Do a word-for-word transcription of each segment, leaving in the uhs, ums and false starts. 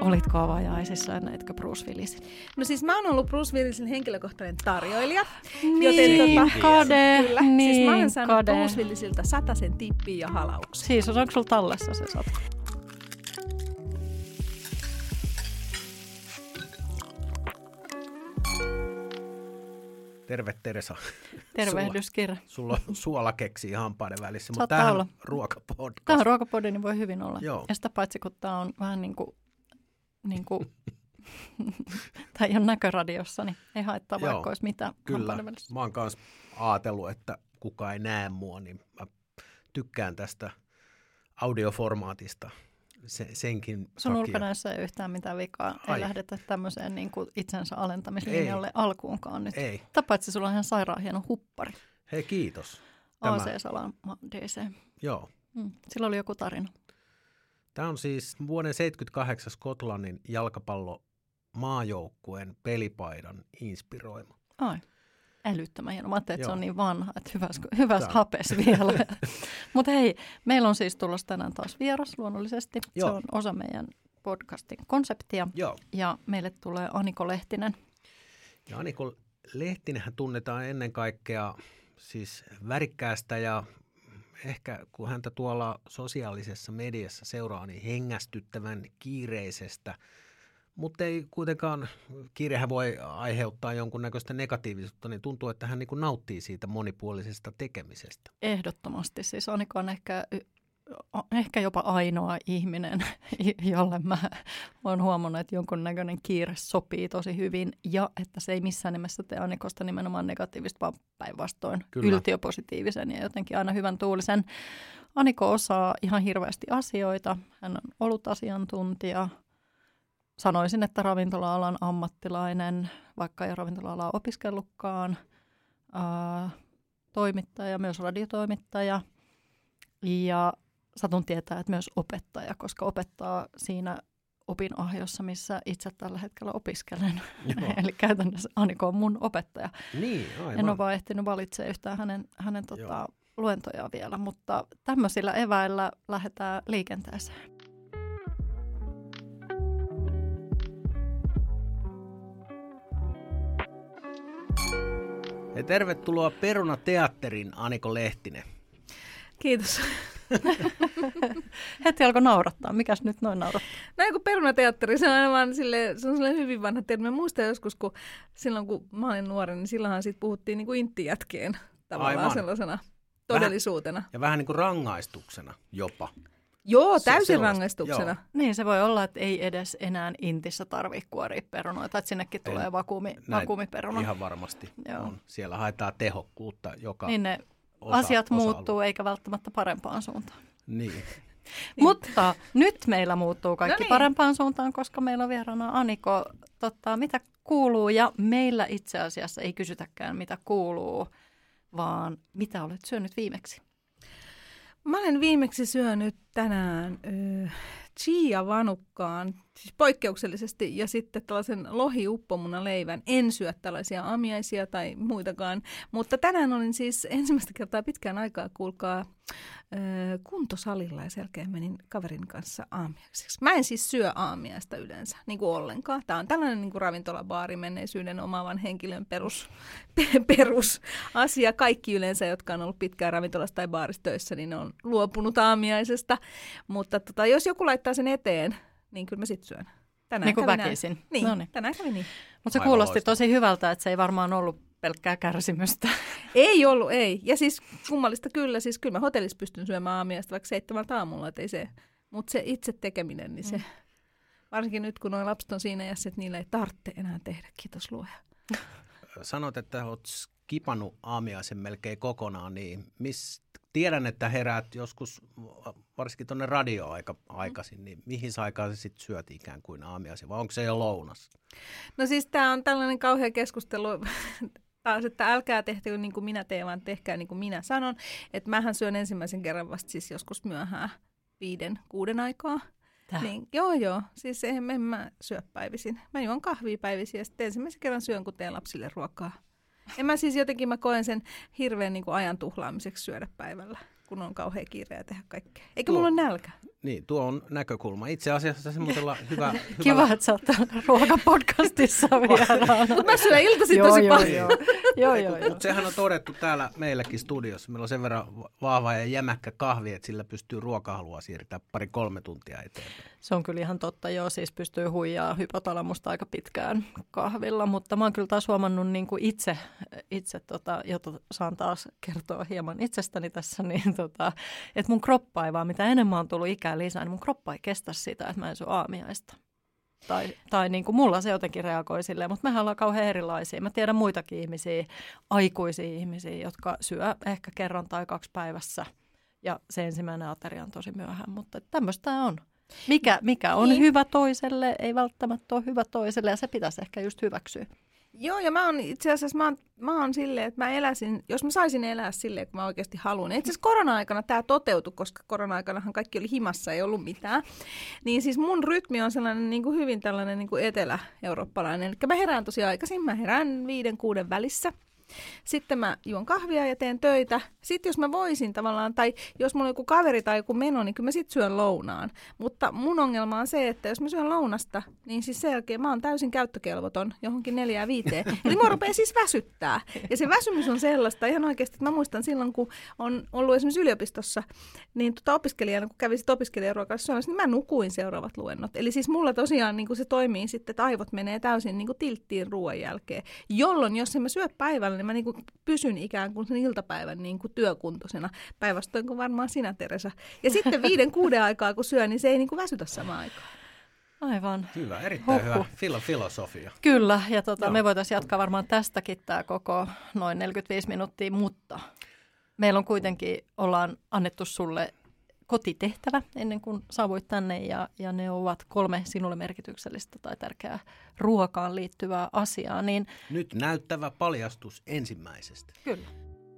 olitko avajaisissa ja näitkö Bruce Willisin? No siis mä oon ollut Bruce Willisin henkilökohtainen tarjoilija. Niin, joten tota, kade. Kyllä. Niin, siis mä olen saanut kade. Bruce Willisiltä satasen tippiä ja halauksia. Siis onko sulla tallessa se sata? Terve Teresa. Tervehdys, Kira. Sulla on suolakeksi hampaiden välissä, mutta Saattaa tämähän olla. on ruokapodcast. Tämä on ruokapodi, niin voi hyvin olla. Joo. Ja sitä paitsi, kun tämä on vähän niin kuin, niin kuin tämä ei ole näköradiossa, niin ei haittaa Joo, vaikka olisi mitään Kyllä, hampaiden välissä. mä oon kanssa ajatellut, että kukaan ei näe mua, niin mä tykkään tästä audioformaatista Se, senkin Sun takia. ulkonäössä ei yhtään mitään vikaa. Ai. Ei lähdetä tämmöiseen niin kuin itsensä alentamislinjalle Ei. alkuunkaan nyt. Ei. Paitsi sulla on ihan sairaan hieno huppari. Hei, kiitos. A C-Salama D C. Joo. Mm. Sillä oli joku tarina. Tämä on siis vuoden seitsemänkymmentäkahdeksan Skotlannin jalkapallomaajoukkueen pelipaidan inspiroima. Ai. Älyttömän hieno. Mä ajattelin, että Joo. se on niin vanha, että hyväs, hyväs Tää. hapes vielä. Mutta hei, meillä on siis tulossa tänään taas vieras luonnollisesti. Joo. Se on osa meidän podcastin konseptia. Joo. Ja meille tulee Aniko Lehtinen. Ja Aniko Lehtinenhän tunnetaan ennen kaikkea siis värikkäästä ja ehkä kun häntä tuolla sosiaalisessa mediassa seuraa, niin hengästyttävän kiireisestä. Mutta ei kuitenkaan, kiirehän voi aiheuttaa jonkunnäköistä negatiivisuutta, niin tuntuu, että hän niin kuin nauttii siitä monipuolisesta tekemisestä. Ehdottomasti. Siis Aniko on ehkä, ehkä jopa ainoa ihminen, jolle mä olen huomannut, että jonkunnäköinen kiire sopii tosi hyvin. Ja että se ei missään nimessä tee Anikosta nimenomaan negatiivista, vaan päinvastoin yltiöpositiivisen ja jotenkin aina hyvän tuulisen. Aniko osaa ihan hirveästi asioita. Hän on ollut asiantuntija. Sanoisin, että ravintola-alan ammattilainen, vaikka ei ravintola-alaa opiskellutkaan, ää, toimittaja, myös radiotoimittaja ja satun tietää, että myös opettaja, koska opettaa siinä opinahjossa, missä itse tällä hetkellä opiskelen. Eli käytännössä Aniko on mun opettaja. Niin, aivan. En ole vaan ehtinyt valitsemaan yhtään hänen, hänen tota, luentojaan vielä, mutta tämmöisillä eväillä lähdetään liikenteeseen. Ja tervetuloa Peruna-teatterin, Aniko Lehtinen. Kiitos. Heti alkoi naurattaa. Mikäs nyt noin naurattaa? No kun Perunateatteri, se on aina vaan sille, se on sellainen hyvin vanha termi. Mä muistan joskus, kun silloin kun mä olin nuori, niin silloinhan siitä puhuttiin niin kuin inttijätkeen tavallaan Aivan. sellaisena todellisuutena. Vähän, ja vähän niin kuin rangaistuksena jopa. Joo, Se- täysin sellaista, rangaistuksena. joo. Niin, se voi olla, että ei edes enää intissä tarvitse kuoria perunoita, että sinnekin En- tulee vakuumi, Näin vakuumiperuna. Ihan varmasti Joo. on. Siellä haetaan tehokkuutta joka Niin ne osa, asiat osa-alue. muuttuu eikä välttämättä parempaan suuntaan. Niin. Mutta nyt meillä muuttuu kaikki No niin. parempaan suuntaan, koska meillä on vieraana Aniko. Totta, mitä kuuluu? Ja meillä itse asiassa ei kysytäkään, mitä kuuluu, vaan mitä olet syönyt viimeksi? Mä olen viimeksi syönyt tänään ö, chia-vanukkaan, siis poikkeuksellisesti, ja sitten tällaisen lohiuppomuna-leivän. En syö tällaisia aamiaisia tai muitakaan, mutta tänään olin siis ensimmäistä kertaa pitkään aikaa, kuulkaa, ö, kuntosalilla ja sen jälkeen menin kaverin kanssa aamiaiseksi. Mä en siis syö aamiaista yleensä, niin kuin ollenkaan. Tämä on tällainen niin kuin ravintolabaari menneisyyden omaavan henkilön perus, perusasia. Kaikki yleensä, jotka on ollut pitkään ravintolassa tai baarissa töissä, niin ne on luopunut aamiaisesta. Mutta tota, jos joku laittaa sen eteen, niin kyllä mä sit syön. Tänään Niin kuin kävi väkisin. Näin. Niin, Noniin. tänään kävi niin. Mutta se Aivan kuulosti loistavaa. tosi hyvältä, että se ei varmaan ollut pelkkää kärsimystä. Ei ollut, ei. Ja siis kummallista kyllä, siis kyllä mä hotellissa pystyn syömään aamiaista vaikka seitsemältä aamulla, että ei se, mutta se itse tekeminen, niin se, varsinkin nyt kun nuo lapset on siinä ja että niillä ei tarvitse enää tehdä, kiitos luoja. Sanot, että olet skipannut aamiaisen melkein kokonaan, niin miss, tiedän, että heräät joskus varsinkin tuonne radioaika aikaisin, niin mihin aikaan sä sitten syöt ikään kuin aamiaisen, vai onko se jo lounas? No siis tämä on tällainen kauhea keskustelu taas, että älkää tehtäkö niin kuin minä teen, vaan tehkää niin kuin minä sanon. Että mähän syön ensimmäisen kerran vasta siis joskus myöhään viiden, kuuden aikaa. Täh. Niin, joo, joo. Siis en, en mä syö päivisin. Mä juon kahvia päivisin ja sitten ensimmäisen kerran syön, kun teen lapsille ruokaa. En mä siis jotenkin, mä koen sen hirveän niin kuin ajan tuhlaamiseksi syödä päivällä, kun on kauhea kiire ja tehdä kaikkea. Eikä mulla ole nälkä. Niin, tuo on näkökulma. Itse asiassa semmoisella hyvä... hyvä... Kiva, että sä oot ruokapodcastissa vieraana. Mä syön iltaisin tosi joo, paljon. Joo, joo, joo, joo. Mutta sehän on todettu täällä meilläkin studiossa. Meillä on sen verran vahva ja jämäkkä kahvi, että sillä pystyy ruokahalua siirtää pari-kolme tuntia eteenpäin. Se on kyllä ihan totta, joo. Siis pystyy huijaa hypotalamusta aika pitkään kahvilla, mutta mä oon kyllä taas huomannut niin kuin itse, itse tota, jota saan taas kertoa hieman itsestäni tässä, niin tota, että mun kroppa ei vaan, mitä enemmän on tullut ikää lisää, niin mun kroppa ei kestä sitä, että mä en syö aamiaista. Tai, tai niin kuin mulla se jotenkin reagoi silleen, mutta mehän ollaan kauhean erilaisia. Mä tiedän muitakin ihmisiä, aikuisia ihmisiä, jotka syö ehkä kerran tai kaksi päivässä. Ja se ensimmäinen ateria on tosi myöhään, mutta tämmöistä on. Mikä, mikä on niin. hyvä toiselle, ei välttämättä ole hyvä toiselle, ja se pitäisi ehkä just hyväksyä. Joo, ja mä oon itse asiassa, mä oon, mä oon silleen, että mä eläisin, jos mä saisin elää silleen, kun mä oikeasti haluan. Itse asiassa korona-aikana tämä toteutui, koska korona-aikanahan kaikki oli himassa, ei ollut mitään. Niin siis mun rytmi on sellainen niin kuin hyvin tällainen niin kuin etelä-eurooppalainen. Eli mä herään tosi aikaisin, mä herään viiden, kuuden välissä. Sitten mä juon kahvia ja teen töitä. Sitten jos mä voisin tavallaan, tai jos mulla on joku kaveri tai joku meno, niin kyllä mä sit syön lounaan. Mutta mun ongelma on se, että jos mä syön lounasta, niin siis sen jälkeen mä oon täysin käyttökelvoton johonkin neljään viiteen. Eli mua rupeaa siis väsyttää. Ja se väsymys on sellaista ihan oikeasti, että mä muistan silloin, kun on ollut esimerkiksi yliopistossa, niin tota opiskelijana, kun kävisit opiskelijaruokassa syömässä, niin mä nukuin seuraavat luennot. Eli siis mulla tosiaan niin kuin se toimii sitten, että aivot menee täysin niin kuin tilttiin ruoan jälkeen. Jolloin, jos en mä syö päivällä, niin mä niin kuin pysyn ikään kuin sen iltapäivän niin kuin työkuntoisena. Päinvastoin kuin varmaan sinä, Teresa. Ja sitten viiden, kuuden aikaa, kun syö, niin se ei niin kuin väsytä samaan aikaan. Aivan. Hyvä, erittäin Huhhuh. hyvä Filo- filosofia. Kyllä, ja tota, me voitaisiin jatkaa varmaan tästäkin tämä koko noin neljäkymmentäviisi minuuttia, mutta meillä on kuitenkin, ollaan annettu sulle kotitehtävä ennen kuin saavuit tänne, ja, ja ne ovat kolme sinulle merkityksellistä tai tärkeää ruokaan liittyvää asiaa. Niin... Nyt näyttävä paljastus ensimmäisestä. Kyllä.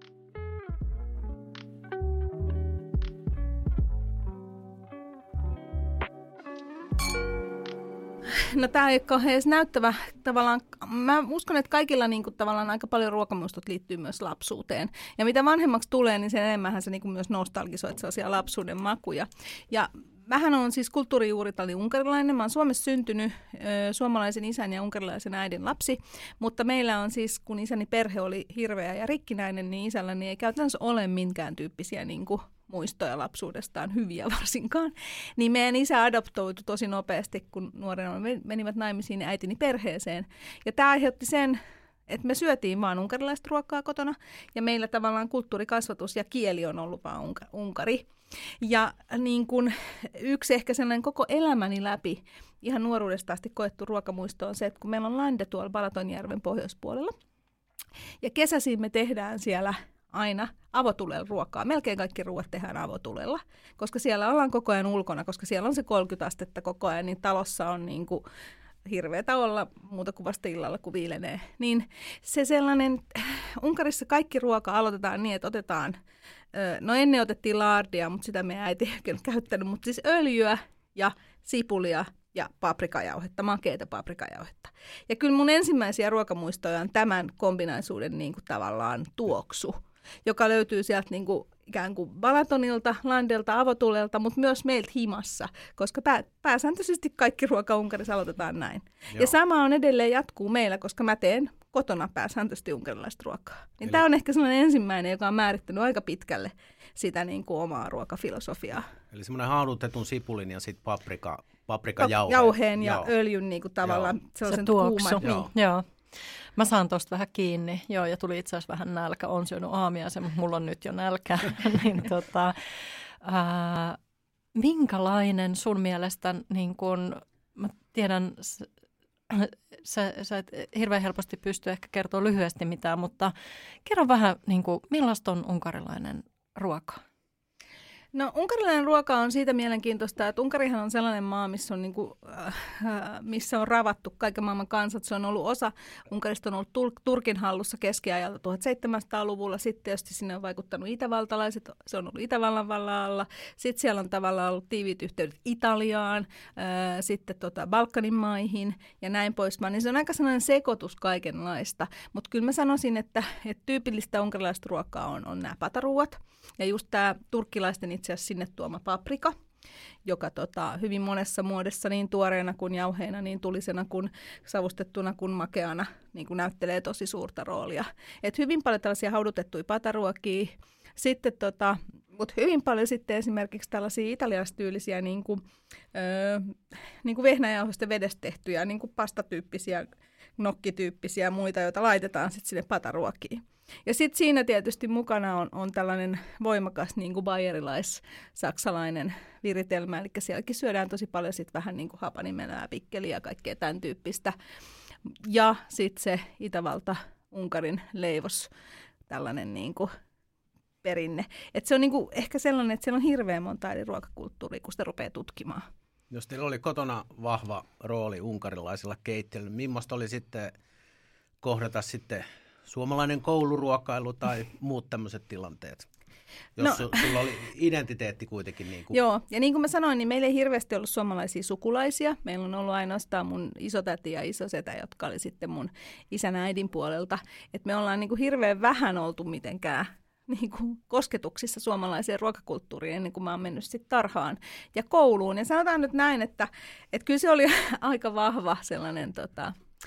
No tämä ei ole kauhean näyttävä tavallaan. Mä uskon, että kaikilla niin kuin, tavallaan aika paljon ruokamuistot liittyy myös lapsuuteen. Ja mitä vanhemmaksi tulee, niin sen enemmän se niin kuin myös nostalgisoit sellaisia lapsuuden makuja. Ja mähän on siis kulttuurijuuriltani unkarilainen. Mä oon Suomessa syntynyt ö, suomalaisen isän ja unkarilaisen äidin lapsi. Mutta meillä on siis, kun isäni perhe oli hirveä ja rikkinäinen, niin isälläni ei käytännössä ole minkään tyyppisiä niin kuin muistoja lapsuudestaan, hyviä varsinkaan. Niin meidän isä adoptoitui tosi nopeasti, kun nuorena menivät naimisiin äitini perheeseen. Ja tämä aiheutti sen, että me syötiin vaan unkarilaista ruokaa kotona. Ja meillä tavallaan kulttuurikasvatus ja kieli on ollut vaan unkari. Ja niin kun yksi ehkä sellainen koko elämäni läpi, ihan nuoruudesta asti koettu ruokamuisto on se, että kun meillä on lande tuolla Balatonjärven pohjoispuolella. Ja kesäisin me tehdään siellä aina avotulella ruokaa. Melkein kaikki ruoat tehdään avotulella, koska siellä ollaan koko ajan ulkona, koska siellä on se kolmekymmentä astetta koko ajan, niin talossa on niin kuin hirveätä olla muuta kuin vasta illalla, kun viilenee. Niin se sellainen, Unkarissa kaikki ruoka aloitetaan niin, että otetaan, no ennen otettiin laardia, mutta sitä meidän äiti ei ole käyttänyt, mutta siis öljyä ja sipulia ja paprikajauhetta, makeata paprikajauhetta. Ja kyllä mun ensimmäisiä ruokamuistoja on tämän kombinaisuuden niin kuin tavallaan tuoksu, joka löytyy sieltä niin kuin ikään kuin Balatonilta, landelta, avotulelta, mutta myös meiltä himassa, koska pää, pääsääntöisesti kaikki ruoka Unkarissa aloitetaan näin. Joo. Ja sama on edelleen jatkuu meillä, koska mä teen kotona pääsääntöisesti unkarilaista ruokaa. Niin tämä on ehkä sellainen ensimmäinen, joka on määrittänyt aika pitkälle sitä niin kuin omaa ruokafilosofiaa. Eli semmoinen haudutetun sipulin ja sitten paprika, paprikajauheen. Jauheen ja Joo. öljyn niin kuin tavallaan. Se, se tuoksu. Kuuma, Joo. Niin. Joo. Mä saan tosta vähän kiinni, joo, ja tuli itse asiassa vähän nälkä. On syönyt aamiaisen, mutta mulla on nyt jo nälkä. niin, tota, ää, minkälainen sun mielestä, niin kun, mä tiedän, sä, sä et hirveän helposti pysty ehkä kertoa lyhyesti mitään, mutta kerro vähän, niin kun, millaista on unkarilainen ruoka? No unkarilainen ruoka on siitä mielenkiintoista, että Unkarihan on sellainen maa, missä on, niin kuin, äh, missä on ravattu kaiken maailman kansat. Se on ollut osa, Unkarista on ollut Tur- Turkin hallussa keskiajalta tuhatseitsemänsataaluvulla. Sitten tietysti sinne on vaikuttanut itävaltalaiset, se on ollut Itävallan vallan alla. Sitten siellä on tavallaan ollut tiiviit yhteydet Italiaan, äh, sitten tota Balkanin maihin ja näin pois. Niin se on aika sellainen sekoitus kaikenlaista. Mutta kyllä mä sanoisin, että, että tyypillistä unkarilaista ruokaa on, on nämä pataruuat. Ja just tämä turkkilaisten itse asiassa sinne tuoma paprika. joka tota, hyvin monessa muodossa niin tuoreena kuin jauheena, niin tulisena kuin savustettuna kuin makeana niin kuin näyttelee tosi suurta roolia. Et hyvin paljon tällaisia haudutettuja pataruokia. Sitten tota, mutta hyvin paljon sitten esimerkiksi tällaisia italialaistyylisiä niin kuin, öö, niin kuin vehnäjauhoista vedestä tehtyjä niin kuin pastatyyppisiä, nokkityyppisiä ja muita, joita laitetaan sitten sinne pataruokiin. Ja sitten siinä tietysti mukana on, on tällainen voimakas niin kuin bayerilais-saksalainen viritelmä, eli sielläkin syödään tosi paljon sit vähän niin kuin hapanimenää, pikkeliä ja kaikkea tämän tyyppistä. Ja sitten se Itävalta-Unkarin leivos, tällainen niin kuin perinne. Et se on niinku ehkä sellainen, että siellä on hirveän monta eri ruokakulttuuria, kun sitä rupeaa tutkimaan. Jos teillä oli kotona vahva rooli unkarilaisilla keittiöillä, millaista oli sitten kohdata sitten suomalainen kouluruokailu tai muut tämmöiset tilanteet? Jos no, su, sulla oli identiteetti kuitenkin. Niin kuin... Joo, ja niin kuin mä sanoin, niin meillä ei hirveästi ollut suomalaisia sukulaisia. Meillä on ollut ainoastaan mun isotäti ja isosetä, jotka oli sitten mun isän äidin puolelta. Et me ollaan niin kuin hirveän vähän oltu mitenkään niin kuin kosketuksissa suomalaiseen ruokakulttuuriin ennen kuin mä oon mennyt sitten tarhaan ja kouluun. Ja sanotaan nyt näin, että, että kyllä se oli aika vahva sellainen tota,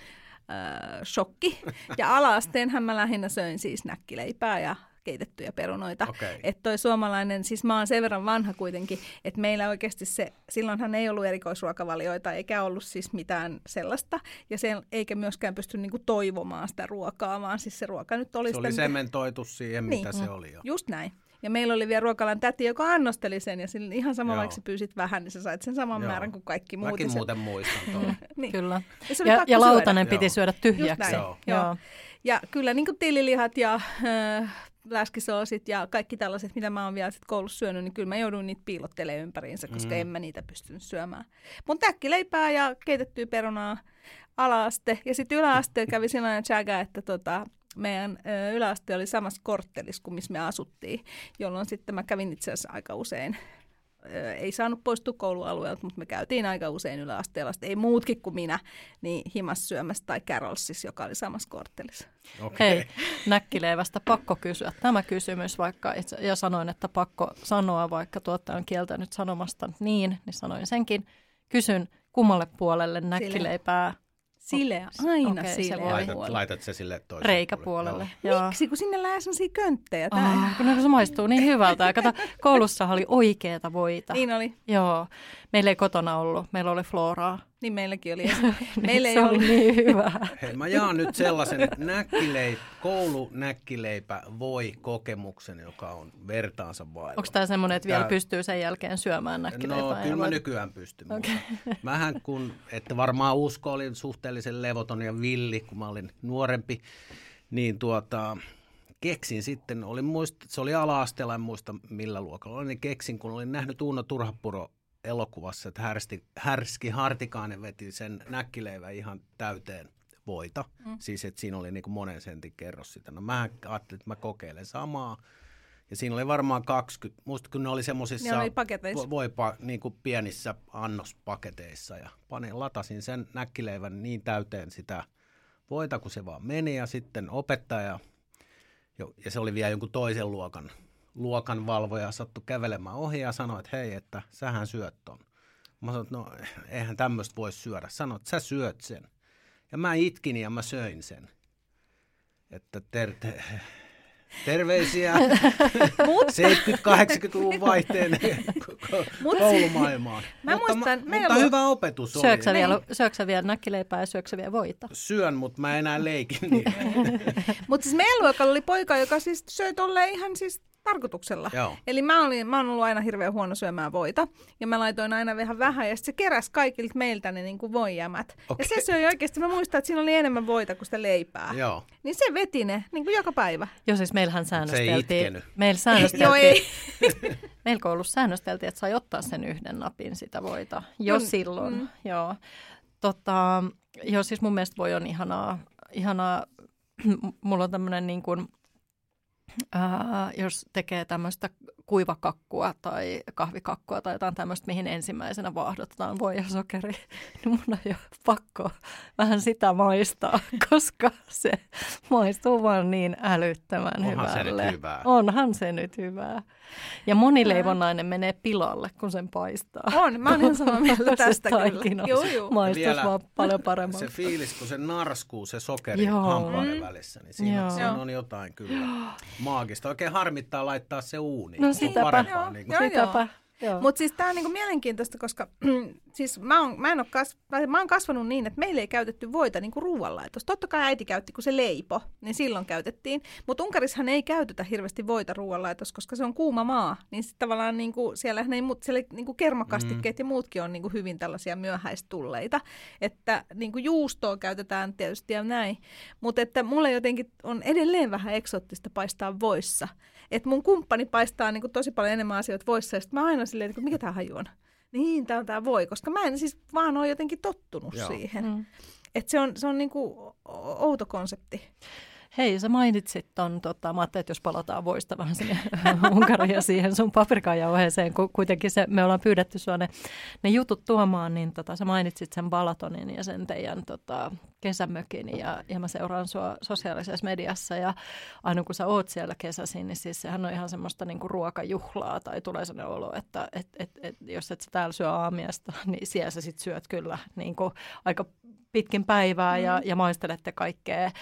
äh, shokki. Ja ala-asteenhän mä lähinnä söin siis näkkileipää ja keitettyjä perunoita. Okay. Että toi suomalainen, siis mä oon sen verran vanha kuitenkin, että meillä oikeasti se, silloinhan ei ollut erikoisruokavalioita, eikä ollut siis mitään sellaista, ja se eikä myöskään pysty niinku toivomaan sitä ruokaa, vaan siis se ruoka nyt oli se sitä... oli sementoitu siihen, niin, mitä se oli jo. Just näin. Ja meillä oli vielä ruokalan täti, joka annosteli sen, ja sillä ihan sama, vaikka sä pyysit vähän, niin sä sait sen saman Joo. määrän kuin kaikki muut. Mäkin muuten muistan tuolla. niin. Kyllä. Ja, ja, ja lautanen piti Joo. syödä tyhjäksi. Joo. Joo. Ja kyllä niin kuin tillilihat ja äh, läskisoosit ja kaikki tällaiset, mitä mä oon vielä sit koulussa syönyt, niin kyllä mä joudun niitä piilottelemaan ympäriinsä, koska mm. en mä niitä pystynyt syömään. Mun täkkileipää ja keitettyä perunaa ala-aste. Ja sitten yläasteella kävi sellainen tsägä, että tota, meidän ö, yläaste oli samassa korttelissa kuin missä me asuttiin, jolloin sitten mä kävin itse asiassa aika usein. Ö, ei saanut poistua koulualueelta, mutta me käytiin aika usein yläasteella. Sitten ei muutkin kuin minä, niin himas syömässä tai Carolsissa, joka oli samassa korttelissa. Okay. Hei, näkkileivästä pakko kysyä tämä kysymys, vaikka itse, ja sanoin, että pakko sanoa, vaikka tuottaja on kieltänyt sanomasta niin, niin sanoin senkin. Kysyn, kummalle puolelle näkkileipää? Sileä, aina okay, sileä. Laitat, laitat se sille toiselle reikäpuolelle. Joo. Miksi? Kun sinne lää sellaisia könttejä. Oh, kun se maistuu niin hyvältä. Ja kato, koulussa oli oikeata voita. Niin oli. Joo. Meillä ei kotona ollut. Meillä oli Floraa. Niin meilläkin oli. niin Meillä ei se ollut. oli niin hyvä. Hei, mä jaan nyt sellaisen näkkileip, koulunäkkileipä voi kokemuksen, joka on vertaansa vailla. Onko tämä semmoinen, että vielä Tää... pystyy sen jälkeen syömään näkkileipää? No kyllä mä nykyään pystyn. Okay. Mähän kun, että varmaan usko olin suhteellisen levoton ja villi, kun mä olin nuorempi, niin tuota... Keksin sitten, oli muist, se oli ala-asteella, en muista millä luokalla, niin keksin, kun olin nähnyt Uno Turhapuro elokuvassa, että härski, härski Hartikainen veti sen näkkileivän ihan täyteen voita. Mm. Siis, että siinä oli niin kuin monen sentin kerros sitä. No mä ajattelin, että mä kokeilen samaa. Ja siinä oli varmaan kaksikymmentä, muista kun ne oli semmoisissa voipa, niin kuin pienissä annospaketeissa. Ja panin, latasin sen näkkileivän niin täyteen sitä voita, kun se vaan meni. Ja sitten opettaja... Ja se oli vielä jonkun toisen luokan, luokan valvoja, sattui kävelemään ohi ja sanoi, että hei, että sähän syöt ton. Mä sanoin, että no eihän tämmöistä voi syödä. Sanoin, että sä syöt sen. Ja mä itkin ja mä söin sen. Että ter- te- terveisiä seitsemänkymmentä-kahdeksankymmentäluvun vaihteen koulumaailmaan. Mä mutta muistan, ma- mutta hyvä opetus oli. Syöksä vielä, syöksä vielä näkkileipää ja syöksä vielä voita? Syön, mutta mä enää leikin niin. Mutta siis meidän luokalla oli poika, joka siis söi tolleen ihan siis tarkoituksella. Joo. Eli mä, olin, mä oon ollut aina hirveän huono syömään voita. Ja mä laitoin aina vähän vähän. Ja sitten se keräsi kaikilta meiltä ne niin kuin voijämät. Okay. Ja se söi oikeasti. Mä muistan, että siinä oli enemmän voita kuin sitä leipää. Joo. Niin se veti ne niin kuin joka päivä. Joo, siis meillähän säännösteltiin. Se ei itkenyt. Meillä säännösteltiin. Joo, ei. Meillä koulussa säännösteltiin, että sai ottaa sen yhden napin sitä voita. Jo mm. silloin, mm. joo. Tota, joo, siis mun mielestä voi on ihanaa. ihanaa. Mulla on tämmöinen niin kuin... Uh, jos tekee tämmöistä kuivakakkua tai kahvikakkua tai jotain tämmöistä, mihin ensimmäisenä vaahdotetaan voi ja sokeri, niin mun on jo pakko vähän sitä maistaa, koska se maistuu vaan niin älyttömän Onhan hyvälle. se nyt hyvää. Onhan se nyt hyvää. Ja moni leivonnainen menee pilalle, kun sen paistaa. On, mä oon ihan samaa mieltä tästä kyllä. Joo, joo. Maistuisi vaan paljon paremmalta. Se fiilis, kun se narskuu, se sokeri Joo. hampaiden välissä, niin siinä, Joo. siinä on jotain kyllä maagista. Oikein harmittaa laittaa se uuniin. No Se on sitäpä. parempaa, Joo, niin kuin. joo. Sitäpä. Joo. Mutta siis tämä on niinku mielenkiintoista, koska siis mä oon, mä, en oo kas, mä oon kasvanut niin, että meillä ei käytetty voita niinku ruoanlaitossa. Totta kai äiti käytti, kun se leipo, niin silloin käytettiin. Mutta Unkarissahan ei käytetä hirveästi voita ruoanlaitossa, koska se on kuuma maa. Niin sitten tavallaan niinku, siellähän ei, siellä niinku kermakastikkeet mm. ja muutkin on niinku hyvin tällaisia myöhäistulleita. Että niinku juustoa käytetään tietysti ja näin. Mutta että mulle jotenkin on edelleen vähän eksoottista paistaa voissa. Että mun kumppani paistaa niinku tosi paljon enemmän asioita voissa, ja sitten mä aina silleen, että mikä tää haju on? Niin, tää on tää voi, koska mä en siis vaan ole jotenkin tottunut Joo. siihen. Mm. Että se on, se on niinku outo konsepti. Hei, sä mainitsit ton, tota, mä ajattelin, että jos palataan voista vähän sinne Unkariin ja siihen sun paprikajauheeseen, kun kuitenkin se, me ollaan pyydetty sua ne, ne jutut tuomaan, niin tota, sä mainitsit sen Balatonin ja sen teidän tota, kesämökin ja, ja mä seuraan sua sosiaalisessa mediassa ja aina kun sä oot siellä kesäsin, niin siis sehän on ihan semmoista niinku ruokajuhlaa tai tulee sellainen olo, että et, et, et, jos et sä täällä syö aamiasta, niin siellä sä sit syöt kyllä niinku aika pitkin päivää mm. ja, ja maistelette kaikkea.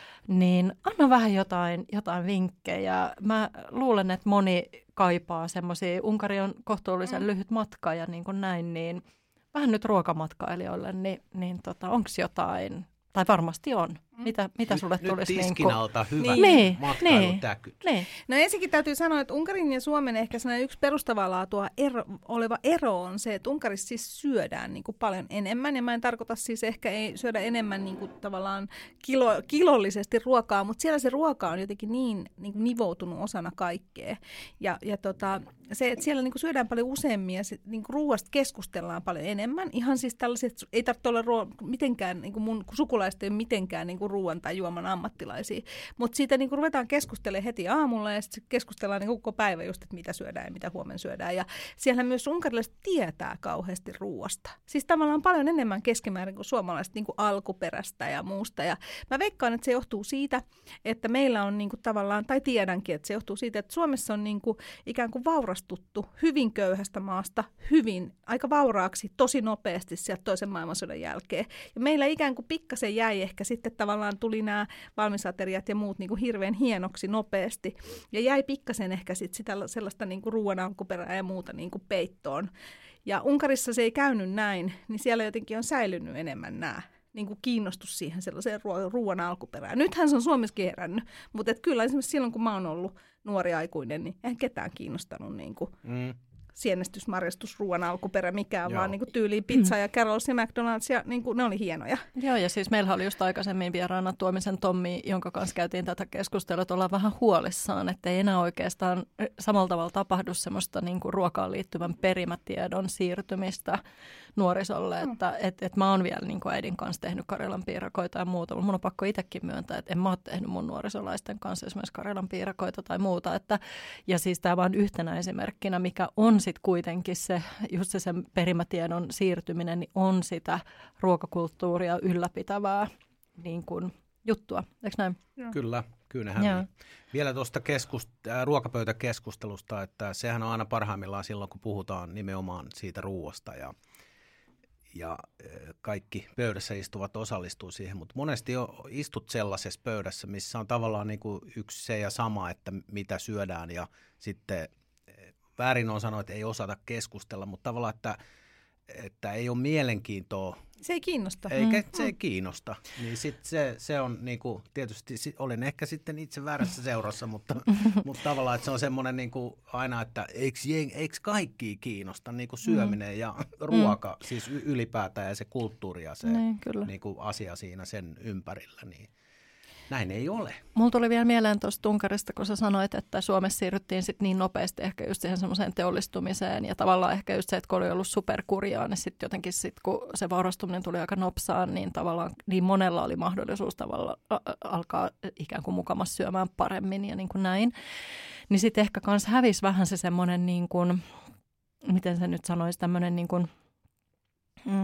Niin anna vähän jotain, jotain vinkkejä. Mä luulen, että moni kaipaa semmoisia, Unkari on kohtuullisen mm. lyhyt matka ja niin kuin näin, niin vähän nyt ruokamatkailijoille, niin, niin tota, onko jotain, tai varmasti on. Mitä, mitä sulle nyt, tulisi? Nyt tiskin niin alta hyvät niin, matkailutäkyt. Niin. No ensinnäkin täytyy sanoa, että Unkarin ja Suomen ehkä yksi perustavaa laatua ero, oleva ero on se, että Unkarissa siis syödään niin kuin paljon enemmän. Ja mä en tarkoita siis ehkä ei syödä enemmän niin kuin tavallaan kilo, kilollisesti ruokaa, mutta siellä se ruoka on jotenkin niin, niin kuin nivoutunut osana kaikkea. Ja, ja tota, se, että siellä niin kuin syödään paljon useammin ja se, niin kuin ruoasta keskustellaan paljon enemmän. Ihan siis tällaiset, ei tarvitse olla ruo- mitenkään, niin kuin mun sukulaiset ei ole mitenkään niin kuin ruoan tai juoman ammattilaisia. Mutta siitä niin ruvetaan keskustelemaan heti aamulla ja sitten keskustellaan niin koko päivä just, että mitä syödään ja mitä huomenna syödään. Ja siellä myös unkarilaiset tietää kauheasti ruoasta. Siis tavallaan paljon enemmän keskimäärin kuin suomalaiset niin kuin alkuperästä ja muusta. Ja mä veikkaan, että se johtuu siitä, että meillä on niin kuin tavallaan, tai tiedänkin, että se johtuu siitä, että Suomessa on niin kuin ikään kuin vaurastuttu hyvin köyhästä maasta, hyvin aika vauraaksi tosi nopeasti sieltä toisen maailmansodan jälkeen. Ja meillä ikään kuin pikkasen jäi ehkä sitten tavallaan tuli nämä valmisateriat ja muut niin kuin hirveän hienoksi nopeasti. Ja jäi pikkasen ehkä sit sitä sellaista niin kuin ruoan alkuperää ja muuta niin kuin peittoon. Ja Unkarissa se ei käynyt näin, niin siellä jotenkin on säilynyt enemmän nämä niin kuin kiinnostus siihen sellaiseen ruoan alkuperään. Nythän se on Suomessakin herännyt, mutta et kyllä esimerkiksi silloin, kun mä oon ollut nuori aikuinen, niin eihän ketään kiinnostanut niin kuin mm. sienestys, marjastus, ruoan alkuperä, mikään, Joo. vaan niin kuin tyyliin pizza ja Carol's ja McDonald's, ja niin kuin, ne oli hienoja. Joo, ja siis meillä oli just aikaisemmin vieraana Tuomisen Tommi, jonka kanssa käytiin tätä keskustelua, että ollaan vähän huolissaan, että ei enää oikeastaan samalla tavalla tapahdu semmoista niin kuin ruokaan liittyvän perimätiedon siirtymistä nuorisolle, mm. että et, et mä oon vielä niin kuin äidin kanssa tehnyt Karjalan piirakoita ja muuta, mutta mun on pakko itsekin myöntää, että en mä ole tehnyt mun nuorisolaisten kanssa esimerkiksi Karjalan piirakoita tai muuta, että, ja siis tämä vaan yhtenä esimerkkinä, mikä on sitten kuitenkin se, just se sen perimätiedon siirtyminen, niin on sitä ruokakulttuuria ylläpitävää niin kuin juttua, eikö näin? Joo. Kyllä, kyllähän niin. Vielä tuosta keskust- äh, ruokapöytäkeskustelusta, että sehän on aina parhaimmillaan silloin, kun puhutaan nimenomaan siitä ruoasta ja ja kaikki pöydässä istuvat osallistuu siihen, mutta monesti jo istut sellaisessa pöydässä, missä on tavallaan niin kuin yksi se ja sama, että mitä syödään ja sitten väärin on sanoa, että ei osata keskustella, mutta tavallaan, että, että ei ole mielenkiintoa. Se ei kiinnosta. Eikä mm. se ei kiinnosta. Niin sit se, se on niinku, tietysti, olen ehkä sitten itse väärässä seurassa, mutta, mutta tavallaan, että se on semmoinen niinku aina, että eikö, eikö kaikki kiinnosta niinku syöminen ja ruoka, mm. siis ylipäätään ja se kulttuuri ja se niin, niinku asia siinä sen ympärillä. Niin. näin ei ole. Mulla tuli vielä mieleen tuosta Unkarista, kun sä sanoit, että Suomessa siirryttiin sit niin nopeasti ehkä just siihen semmoiseen teollistumiseen ja tavallaan ehkä just se, että kun oli ollut superkurjaa, niin sitten jotenkin sit, kun se vaurastuminen tuli aika nopsaan, niin tavallaan niin monella oli mahdollisuus tavallaan alkaa ikään kuin mukamassa syömään paremmin ja niin kuin näin. Niin sitten ehkä kans hävisi vähän se semmoinen niin kuin, miten se nyt sanoisi, tämmöinen niin kuin, mm,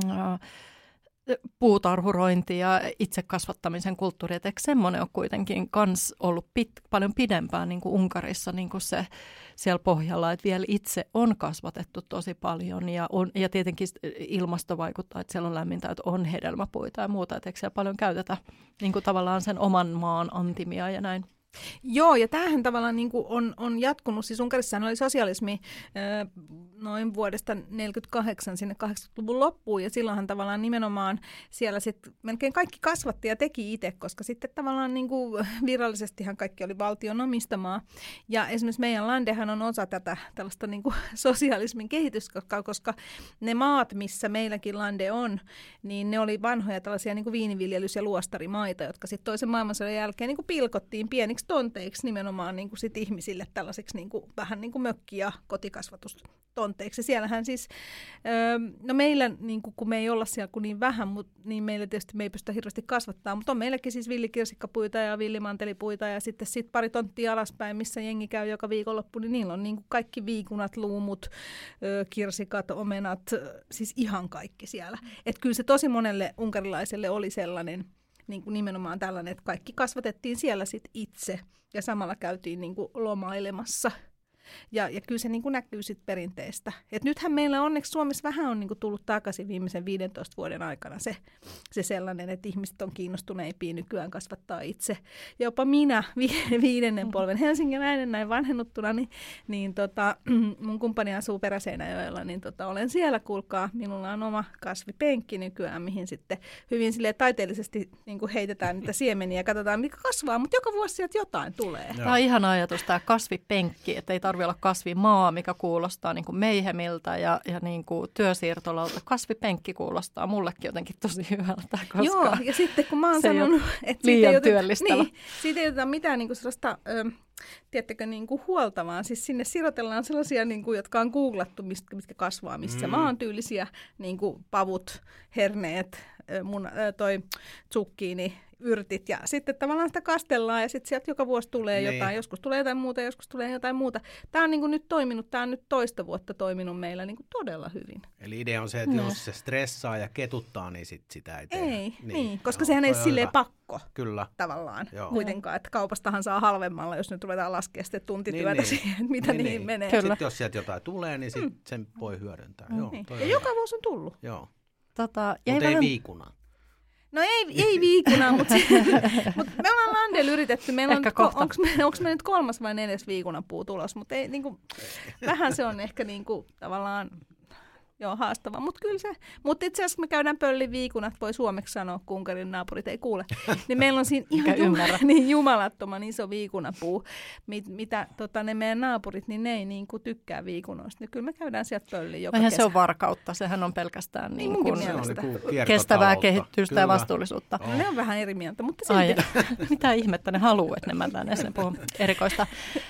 puutarhurointi ja itse kasvattamisen kulttuuri, että eikö semmoinen ole kuitenkin kans ollut pit, paljon pidempään niin kuin Unkarissa niin kuin se siellä pohjalla, että vielä itse on kasvatettu tosi paljon ja, on, ja tietenkin ilmasto vaikuttaa, että siellä on lämmintä, että on hedelmäpuita ja muuta, että eikö siellä paljon käytetä niin kuin tavallaan sen oman maan antimia ja näin. Joo, ja tämähän tavallaan niin kuin on, on jatkunut, siis Unkarissahan oli sosialismi äh, noin vuodesta neljäkymmentäkahdeksan sinne kahdeksankymmentäluvun loppuun, ja silloinhan tavallaan nimenomaan siellä sitten melkein kaikki kasvatti ja teki itse, koska sitten tavallaan niin kuin virallisestihan kaikki oli valtion omistamaa, ja esimerkiksi meidän landehan on osa tätä tällaista niin kuin sosialismin kehitystä, koska, koska ne maat, missä meilläkin lande on, niin ne oli vanhoja tällaisia niin kuin viiniviljelys- ja luostarimaita, jotka sitten toisen maailmansodan jälkeen niin kuin pilkottiin pieniksi tonteiksi nimenomaan niin kuin sit ihmisille tällaiseksi niin kuin, vähän niin kuin mökki- ja kotikasvatustonteiksi. Siellähän siis, öö, no meillä, niin kuin, kun me ei olla siellä kuin niin vähän, mut, niin meillä tietysti me ei pystytä hirveästi kasvattaa, mutta on meilläkin siis villikirsikkapuita ja villimantelipuita ja sitten sit pari tonttia alaspäin, missä jengi käy joka viikonloppu, niin niillä on niin kuin kaikki viikunat, luumut, öö, kirsikat, omenat, siis ihan kaikki siellä. Että kyllä se tosi monelle unkarilaiselle oli sellainen, niin kuin nimenomaan tällainen, että kaikki kasvatettiin siellä sit itse ja samalla käytiin niin kuin lomailemassa. Ja, ja kyllä se niin kuin näkyy sit perinteestä. Et nythän meillä onneksi Suomessa vähän on niin kuin tullut takaisin viimeisen viidentoista vuoden aikana se, se sellainen, että ihmiset on kiinnostuneimpia nykyään kasvattaa itse. Ja jopa minä vi- viidennen polven helsinkiläinen näin vanhennuttuna, niin, niin tota, mun kumppani asuu Peräseinäjoella, niin tota, olen siellä, kuulkaa. Minulla on oma kasvipenkki nykyään, mihin sitten hyvin silleen taiteellisesti niin kuin heitetään niitä siemeniä ja katsotaan, mikä kasvaa, mutta joka vuosi sieltä jotain tulee. Tämä on ihana ajatus, tämä kasvipenkki, että ei tarvitse olla kasvimaa, mikä kuulostaa niin kuin meihemiltä ja, ja niin kuin työsiirtolalta. Kasvipenkki kuulostaa mullekin jotenkin tosi hyvältä, koska joo, ja sitten kun mä oon sanonut, että liian siitä työllistävä. Niin, siitä ei oteta mitään niin kuin sellaista, ö, tiedättekö, niin kuin huolta, vaan siis sinne sirotellaan sellaisia, niin kuin, jotka on googlattu, mistä, mitkä kasvaa missä. Mm. Maantyylisiä, niin kuin pavut, herneet, mun, toi tsukkiini, yrtit ja sitten tavallaan sitä kastellaan ja sitten sieltä joka vuosi tulee niin jotain, joskus tulee jotain muuta, joskus tulee jotain muuta. Tämä on niin kuin nyt toiminut, tämä on nyt toista vuotta toiminut meillä niin kuin todella hyvin. Eli idea on se, että no. jos se stressaa ja ketuttaa, niin sit sitä ei tehdä. Ei, niin, niin koska no, sehän ei silleen pakko Kyllä. tavallaan Joo. kuitenkaan, että kaupastahan saa halvemmalla, jos nyt ruvetaan laskemaan sitten tuntityötä niin, siihen, niin. mitä niin, niihin niin. menee. Kyllä. Sitten jos sieltä jotain tulee, niin sit mm. sen voi hyödyntää. Mm. Joo, niin. Ja joka vuosi on tullut. Joo. Tota, mutta vähän... ei viikuna. No ei, ei viikuna, mutta mut me ollaan Landella yritetty. Meillä on, onko me, onko me nyt kolmas vai neljäs viikunapuu tulos, mutta ei, niinku, vähän se on ehkä niinku, tavallaan joo, haastava. Mutta kyllä se, mutta itse asiassa me käydään pöllin viikunat, voi suomeksi sanoa, kun Unkarin naapurit ei kuule. Niin meillä on siinä ihan jumala, niin jumalattoman iso viikunapuu, mit, mitä tota, ne meidän naapurit, niin ne ei niin kuin tykkää viikunoista. Niin kyllä me käydään sieltä pölliin joka Eihän kesä. se on varkautta, sehän on pelkästään niin niin kuin se on niin kestävää kehitystä kyllä. ja vastuullisuutta. No, ne on vähän eri mieltä, mutta silti. Mitä ihmettä ne haluaa, että ne mätään edes ne puhuu erikoista.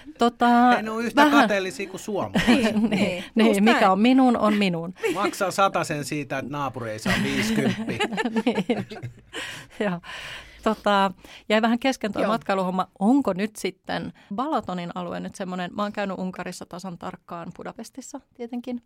Tota, ei ne ole yhtä vähän... kateellisia kuin suomalaiset. niin, niin, niin, mikä on minun, on minun. Maksaa satasen siitä, että naapuri ei saa viisikymppiä. niin. Joo. Tota, jäi vähän kesken tuo matkailuhomma. Onko nyt sitten Balatonin alue nyt semmoinen, mä oon käynyt Unkarissa tasan tarkkaan Budapestissa tietenkin,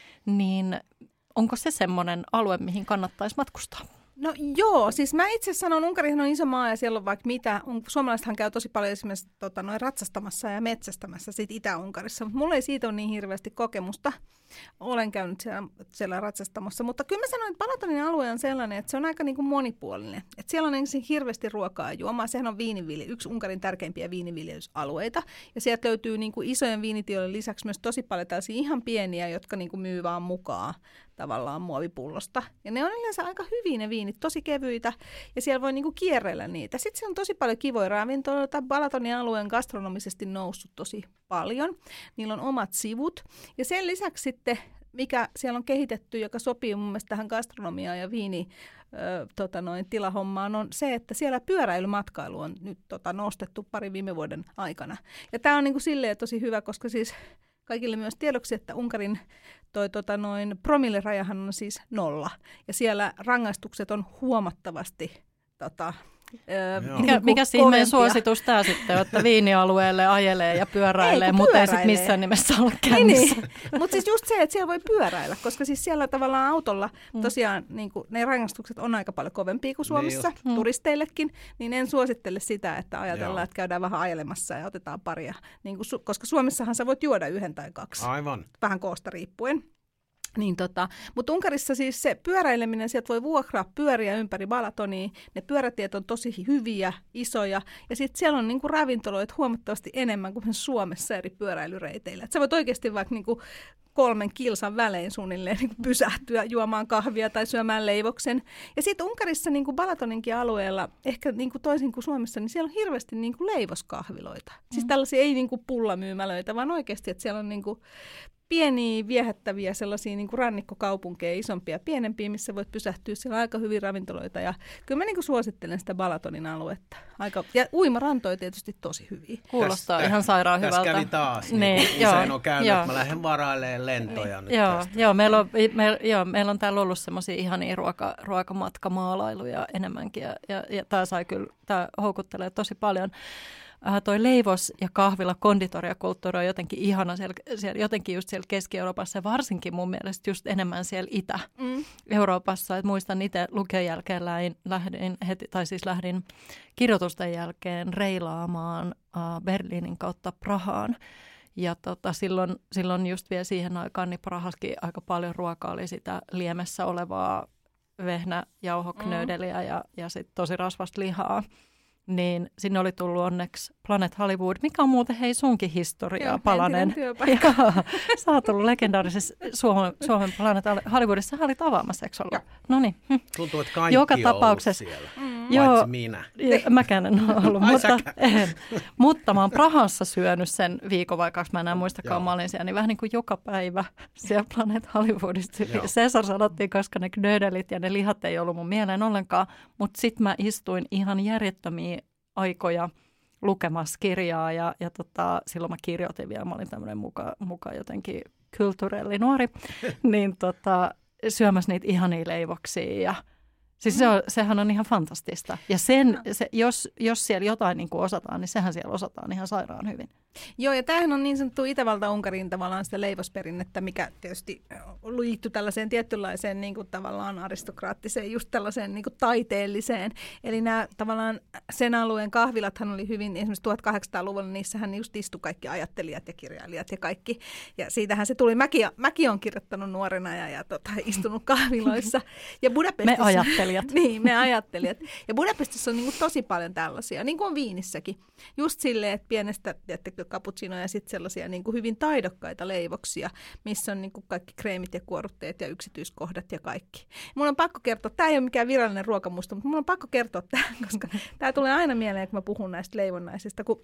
niin onko se semmoinen alue, mihin kannattaisi matkustaa? No joo, siis mä itse sanon, Unkarihan on iso maa ja siellä on vaikka mitä. Suomalaisethan käy tosi paljon esimerkiksi tota, noin ratsastamassa ja metsästämässä sit Itä-Unkarissa, mutta mulla ei siitä ole niin hirveästi kokemusta. Olen käynyt siellä, siellä ratsastamassa, mutta kyllä mä sanoin, että Balatonin alue on sellainen, että se on aika niin kuin monipuolinen. Että siellä on ensin hirveästi ruokaa ja juomaa. Sehän on viinivilje, yksi Unkarin tärkeimpiä viiniviljelysalueita. Ja sieltä löytyy niin kuin isojen viinitilojen lisäksi myös tosi paljon tällaisia ihan pieniä, jotka niin kuin myy vaan mukaan tavallaan muovipullosta. Ja ne on yleensä aika hyviä ne viinit, tosi kevyitä, ja siellä voi niinku kierrellä niitä. Sitten siellä on tosi paljon kivoja ravintoloita. Balatonin alue on gastronomisesti noussut tosi paljon. Niillä on omat sivut. Ja sen lisäksi sitten mikä siellä on kehitetty, joka sopii mun mielestä tähän gastronomiaan ja viini ö, tota noin, tilahommaan, on se, että siellä pyöräilymatkailu on nyt tota, nostettu pari viime vuoden aikana. Ja tämä on niin kuin silleen tosi hyvä, koska siis kaikille myös tiedoksi, että Unkarin toi, tota, noin, promillerajahan on siis nolla. Ja siellä rangaistukset on huomattavasti tota, Öö, mikä mikä ihmeen suositus tämä sitten, että viinialueelle ajelee ja pyöräilee, mutta ei sitten missään nimessä ole kännissä. Niin, niin. Mutta siis just se, että siellä voi pyöräillä, koska siis siellä tavallaan autolla tosiaan niin kuin, ne rangaistukset on aika paljon kovempia kuin Suomessa, niin turisteillekin, niin en suosittele sitä, että ajatellaan, Joo. että käydään vähän ajelemassa ja otetaan paria, niin kuin, koska Suomessahan sä voit juoda yhden tai kaksi, Aivan. vähän koosta riippuen. Niin tota, mutta Unkarissa siis se pyöräileminen, sieltä voi vuokraa pyöriä ympäri Balatonia, ne pyörätiet on tosi hyviä, isoja, ja sitten siellä on niinku ravintoloita huomattavasti enemmän kuin Suomessa eri pyöräilyreiteillä. Et sä voit oikeasti vaikka niinku kolmen kilsan välein suunnilleen niinku pysähtyä juomaan kahvia tai syömään leivoksen. Ja sitten Unkarissa niinku Balatoninkin alueella, ehkä niinku toisin kuin Suomessa, niin siellä on hirveästi niinku leivoskahviloita. Mm. Siis tällaisia ei niinku pullamyymälöitä, vaan oikeasti, että siellä on niinku pieniä, viehättäviä sellaisia niin kuin rannikkokaupunkeja, isompia ja pienempiä, missä voit pysähtyä. Siellä on aika hyvin ravintoloita ja kyllä mä niin kuin suosittelen sitä Balatonin aluetta. Aika, ja uimarantoja tietysti tosi hyviä. Kuulostaa tästä, ihan sairaan tässä hyvältä. Tässä kävi taas. Niin, niin joo, usein on käynyt, joo. että mä lähden varailemaan lentoja niin, nyt joo, tästä. Joo, meillä on, me, joo, meillä on täällä ollut semmoisia ihania ruoka, ruokamatkamaalailuja enemmänkin ja, ja, ja tämä sai kyllä, tämä houkuttelee tosi paljon. Äh, toi leivos- ja kahvila, konditoriakulttuuri on jotenkin ihana siellä, siellä, jotenkin just siellä Keski-Euroopassa ja varsinkin mun mielestä just enemmän siellä Itä-Euroopassa. Mm. Et muistan itse lukion jälkeen lähdin, lähdin heti, tai siis lähdin kirjoitusten jälkeen reilaamaan äh, Berliinin kautta Prahaan. Ja tota, silloin, silloin just vielä siihen aikaan niin Prahassakin aika paljon ruokaa oli sitä liemessä olevaa vehnäjauhoknöydeliä mm. ja, ja sitten tosi rasvasta lihaa. Niin sinne oli tullut onneksi Planet Hollywood, mikä on muuten hei sunkin historiaa Joo, palanen. Joo, sä oot ollut legendaarisessa Suomen, Suomen Planet Hollywoodissa, sä olit avaamassa, eikö ollut? No niin. Tuntuu, että kaikki Joka on tapauksessa, ollut siellä, mm. paitsi Joo, minä. Mäkään en ole ollut, mutta, en, mutta mä oon Prahassa syönyt sen viikon vai kaksi, mä enää muistakaan, mä olin siellä, niin vähän niin kuin joka päivä siellä Planet Hollywoodissa. Cesar sanottiin, koska ne knödelit ja ne lihat ei ollut mun mieleen ollenkaan, mutta sit mä istuin ihan järjettömiä aikoja lukemassa kirjaa ja, ja tota, silloin mä kirjoitin vielä, mä olin tämmöinen muka, muka jotenkin kulttuurelli nuori, niin tota, syömässä niitä ihania leivoksia ja siis se on, sehän on ihan fantastista. Ja sen, se, jos, jos siellä jotain niin kuin osataan, niin sehän siellä osataan ihan sairaan hyvin. Joo, ja tämähän on niin sanottu Itävalta-Unkarin tavallaan sitä leivosperinnettä, mikä tietysti liittyy tällaiseen tietynlaiseen niin kuin tavallaan aristokraattiseen, just tällaiseen niin kuin taiteelliseen. Eli nämä tavallaan sen alueen kahvilathan oli hyvin, esimerkiksi tuhatkahdeksansataaluvulla, niissähän just istui kaikki ajattelijat ja kirjailijat ja kaikki. Ja siitähän se tuli. Mäkin, mäkin olen kirjoittanut nuorena ja, ja tota, istunut kahviloissa. Ja Budapestissa, me ajattelijat. Niin, me ajattelijat. Ja Budapestissa on niin kuin tosi paljon tällaisia, niin kuin on Viinissäkin. Just silleen, että pienestä, tiedättekö, cappuccinoja ja sitten sellaisia niin kuin hyvin taidokkaita leivoksia, missä on niin kuin kaikki kreemit ja kuorutteet ja yksityiskohdat ja kaikki. Mun on pakko kertoa, tämä ei ole mikään virallinen ruokamuisto, mutta mun on pakko kertoa tämä, koska tämä tulee aina mieleen, kun mä puhun näistä leivonnaisista, kun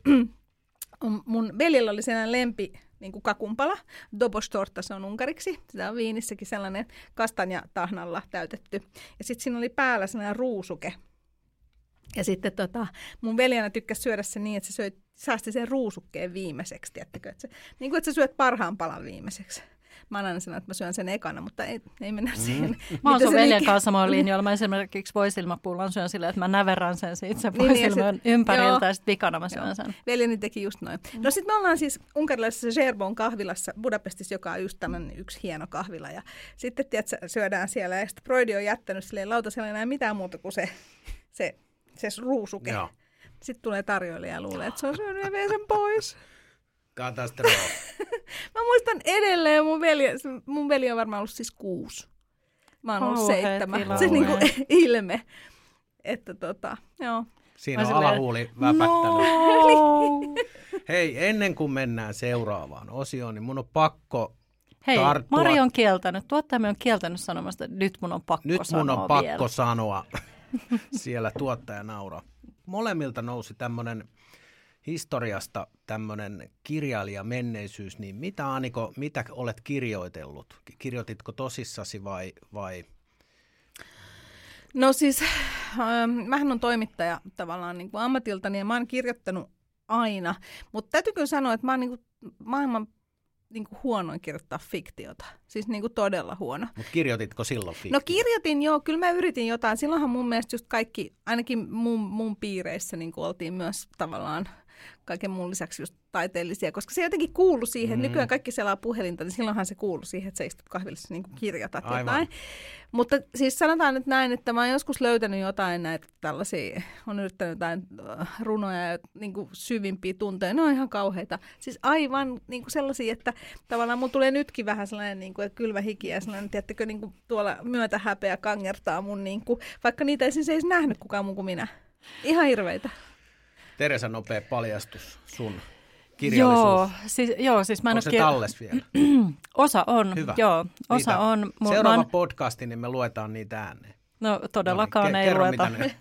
mun veljellä oli sellainen lempi niin kuin kakumpala, dobostorta, se on unkariksi, sitä on Viinissäkin sellainen kastanjatahnalla täytetty. Ja sitten siinä oli päällä sellainen ruusuke. Ja sitten tota, mun veljänä tykkäsi syödä se niin, että se söi, saasti sen ruusukkeen viimeiseksi, tiedättekö? Että se, niin kuin, että sä syöt parhaan palan viimeiseksi. Mä aina sanon, että mä syön sen ekana, mutta ei, ei mennä siihen. Mm. Mä oon sun veljen liike... kanssa samoin linjoilla. Mä esimerkiksi voisilmapullan syön silleen, että mä näverän sen siitä sen niin, voisilmän niin, ympäriltä joo. ja sitten vikana mä syön joo. sen. Veljeni teki just noin. Mm. No sit me ollaan siis unkarilaisessa Zserbon kahvilassa Budapestissa, joka on just tämmöinen yksi hieno kahvila. Ja sitten tiedätkö, syödään siellä ja sitten Broidi on jättänyt silleen lautasella enää mitään muuta kuin se, se, se ruusuke. Joo. Sitten tulee tarjoilija ja luulee, että se on syönyt ja vee sen pois. Katastrofi. Mä muistan edelleen, mun veli, mun veli on varmaan ollut siis kuusi. Mä oon ollut oh, seitsemän. Se niinku ilme. Että tota, joo. Siinä on alahuuli väpättänyt. No. Hei, ennen kuin mennään seuraavaan osioon, niin mun on pakko Hei, tarttua. Mari on kieltänyt. Tuottajamme on kieltänyt sanomasta, että nyt mun on pakko nyt sanoa mun on pakko vielä. sanoa. Siellä tuottaja nauraa. Molemmilta nousi tämmöinen historiasta tämmöinen kirjailijamenneisyys, niin mitä Aniko, mitä olet kirjoitellut? Kirjoititko tosissasi vai... vai? No siis, äh, mähän on toimittaja tavallaan niin kuin ammatiltani ja mä oon kirjoittanut aina, mutta täytyy kyllä sanoa, että mä oon niin kuin maailman niin kuin huonoin kirjoittaa fiktiota. Siis niin kuin todella huono. Mutta kirjoititko silloin fiktiota? No kirjoitin joo, kyllä mä yritin jotain. Silloinhan mun mielestä just kaikki, ainakin mun, mun piireissä niin kuin oltiin myös tavallaan kaiken muun lisäksi just taiteellisia, koska se jotenkin kuului siihen. Mm. Nykyään kaikki selaa puhelinta, niin silloinhan se kuului siihen, että sä istut kahvilassa niin kuin kirjoitat Aivan. jotain. Mutta siis sanotaan nyt näin, että mä oon joskus löytänyt jotain näitä tällaisia, on yrittänyt jotain runoja ja niin kuin syvimpiä tunteja. Ne on ihan kauheita. Siis aivan niin kuin sellaisia, että tavallaan mulla tulee nytkin vähän sellainen niin kuin, kylmä hiki ja sellainen, tiedättekö, niin kuin tuolla myötähäpeä kangertaa mun, niin kuin, vaikka niitä ei siis edes nähnyt kukaan muu kuin minä. Ihan hirveitä. Teresa, nopea paljastus sun kirjallisuus. Joo, siis, joo, siis mä en Onko se kir... talles vielä? Osa on, Hyvä. joo, osa Niitä. on. Mulla Seuraava on... podcasti, niin me luetaan niitä ääneen. No todellakaan no, niin, ei kerro, lueta. Ne...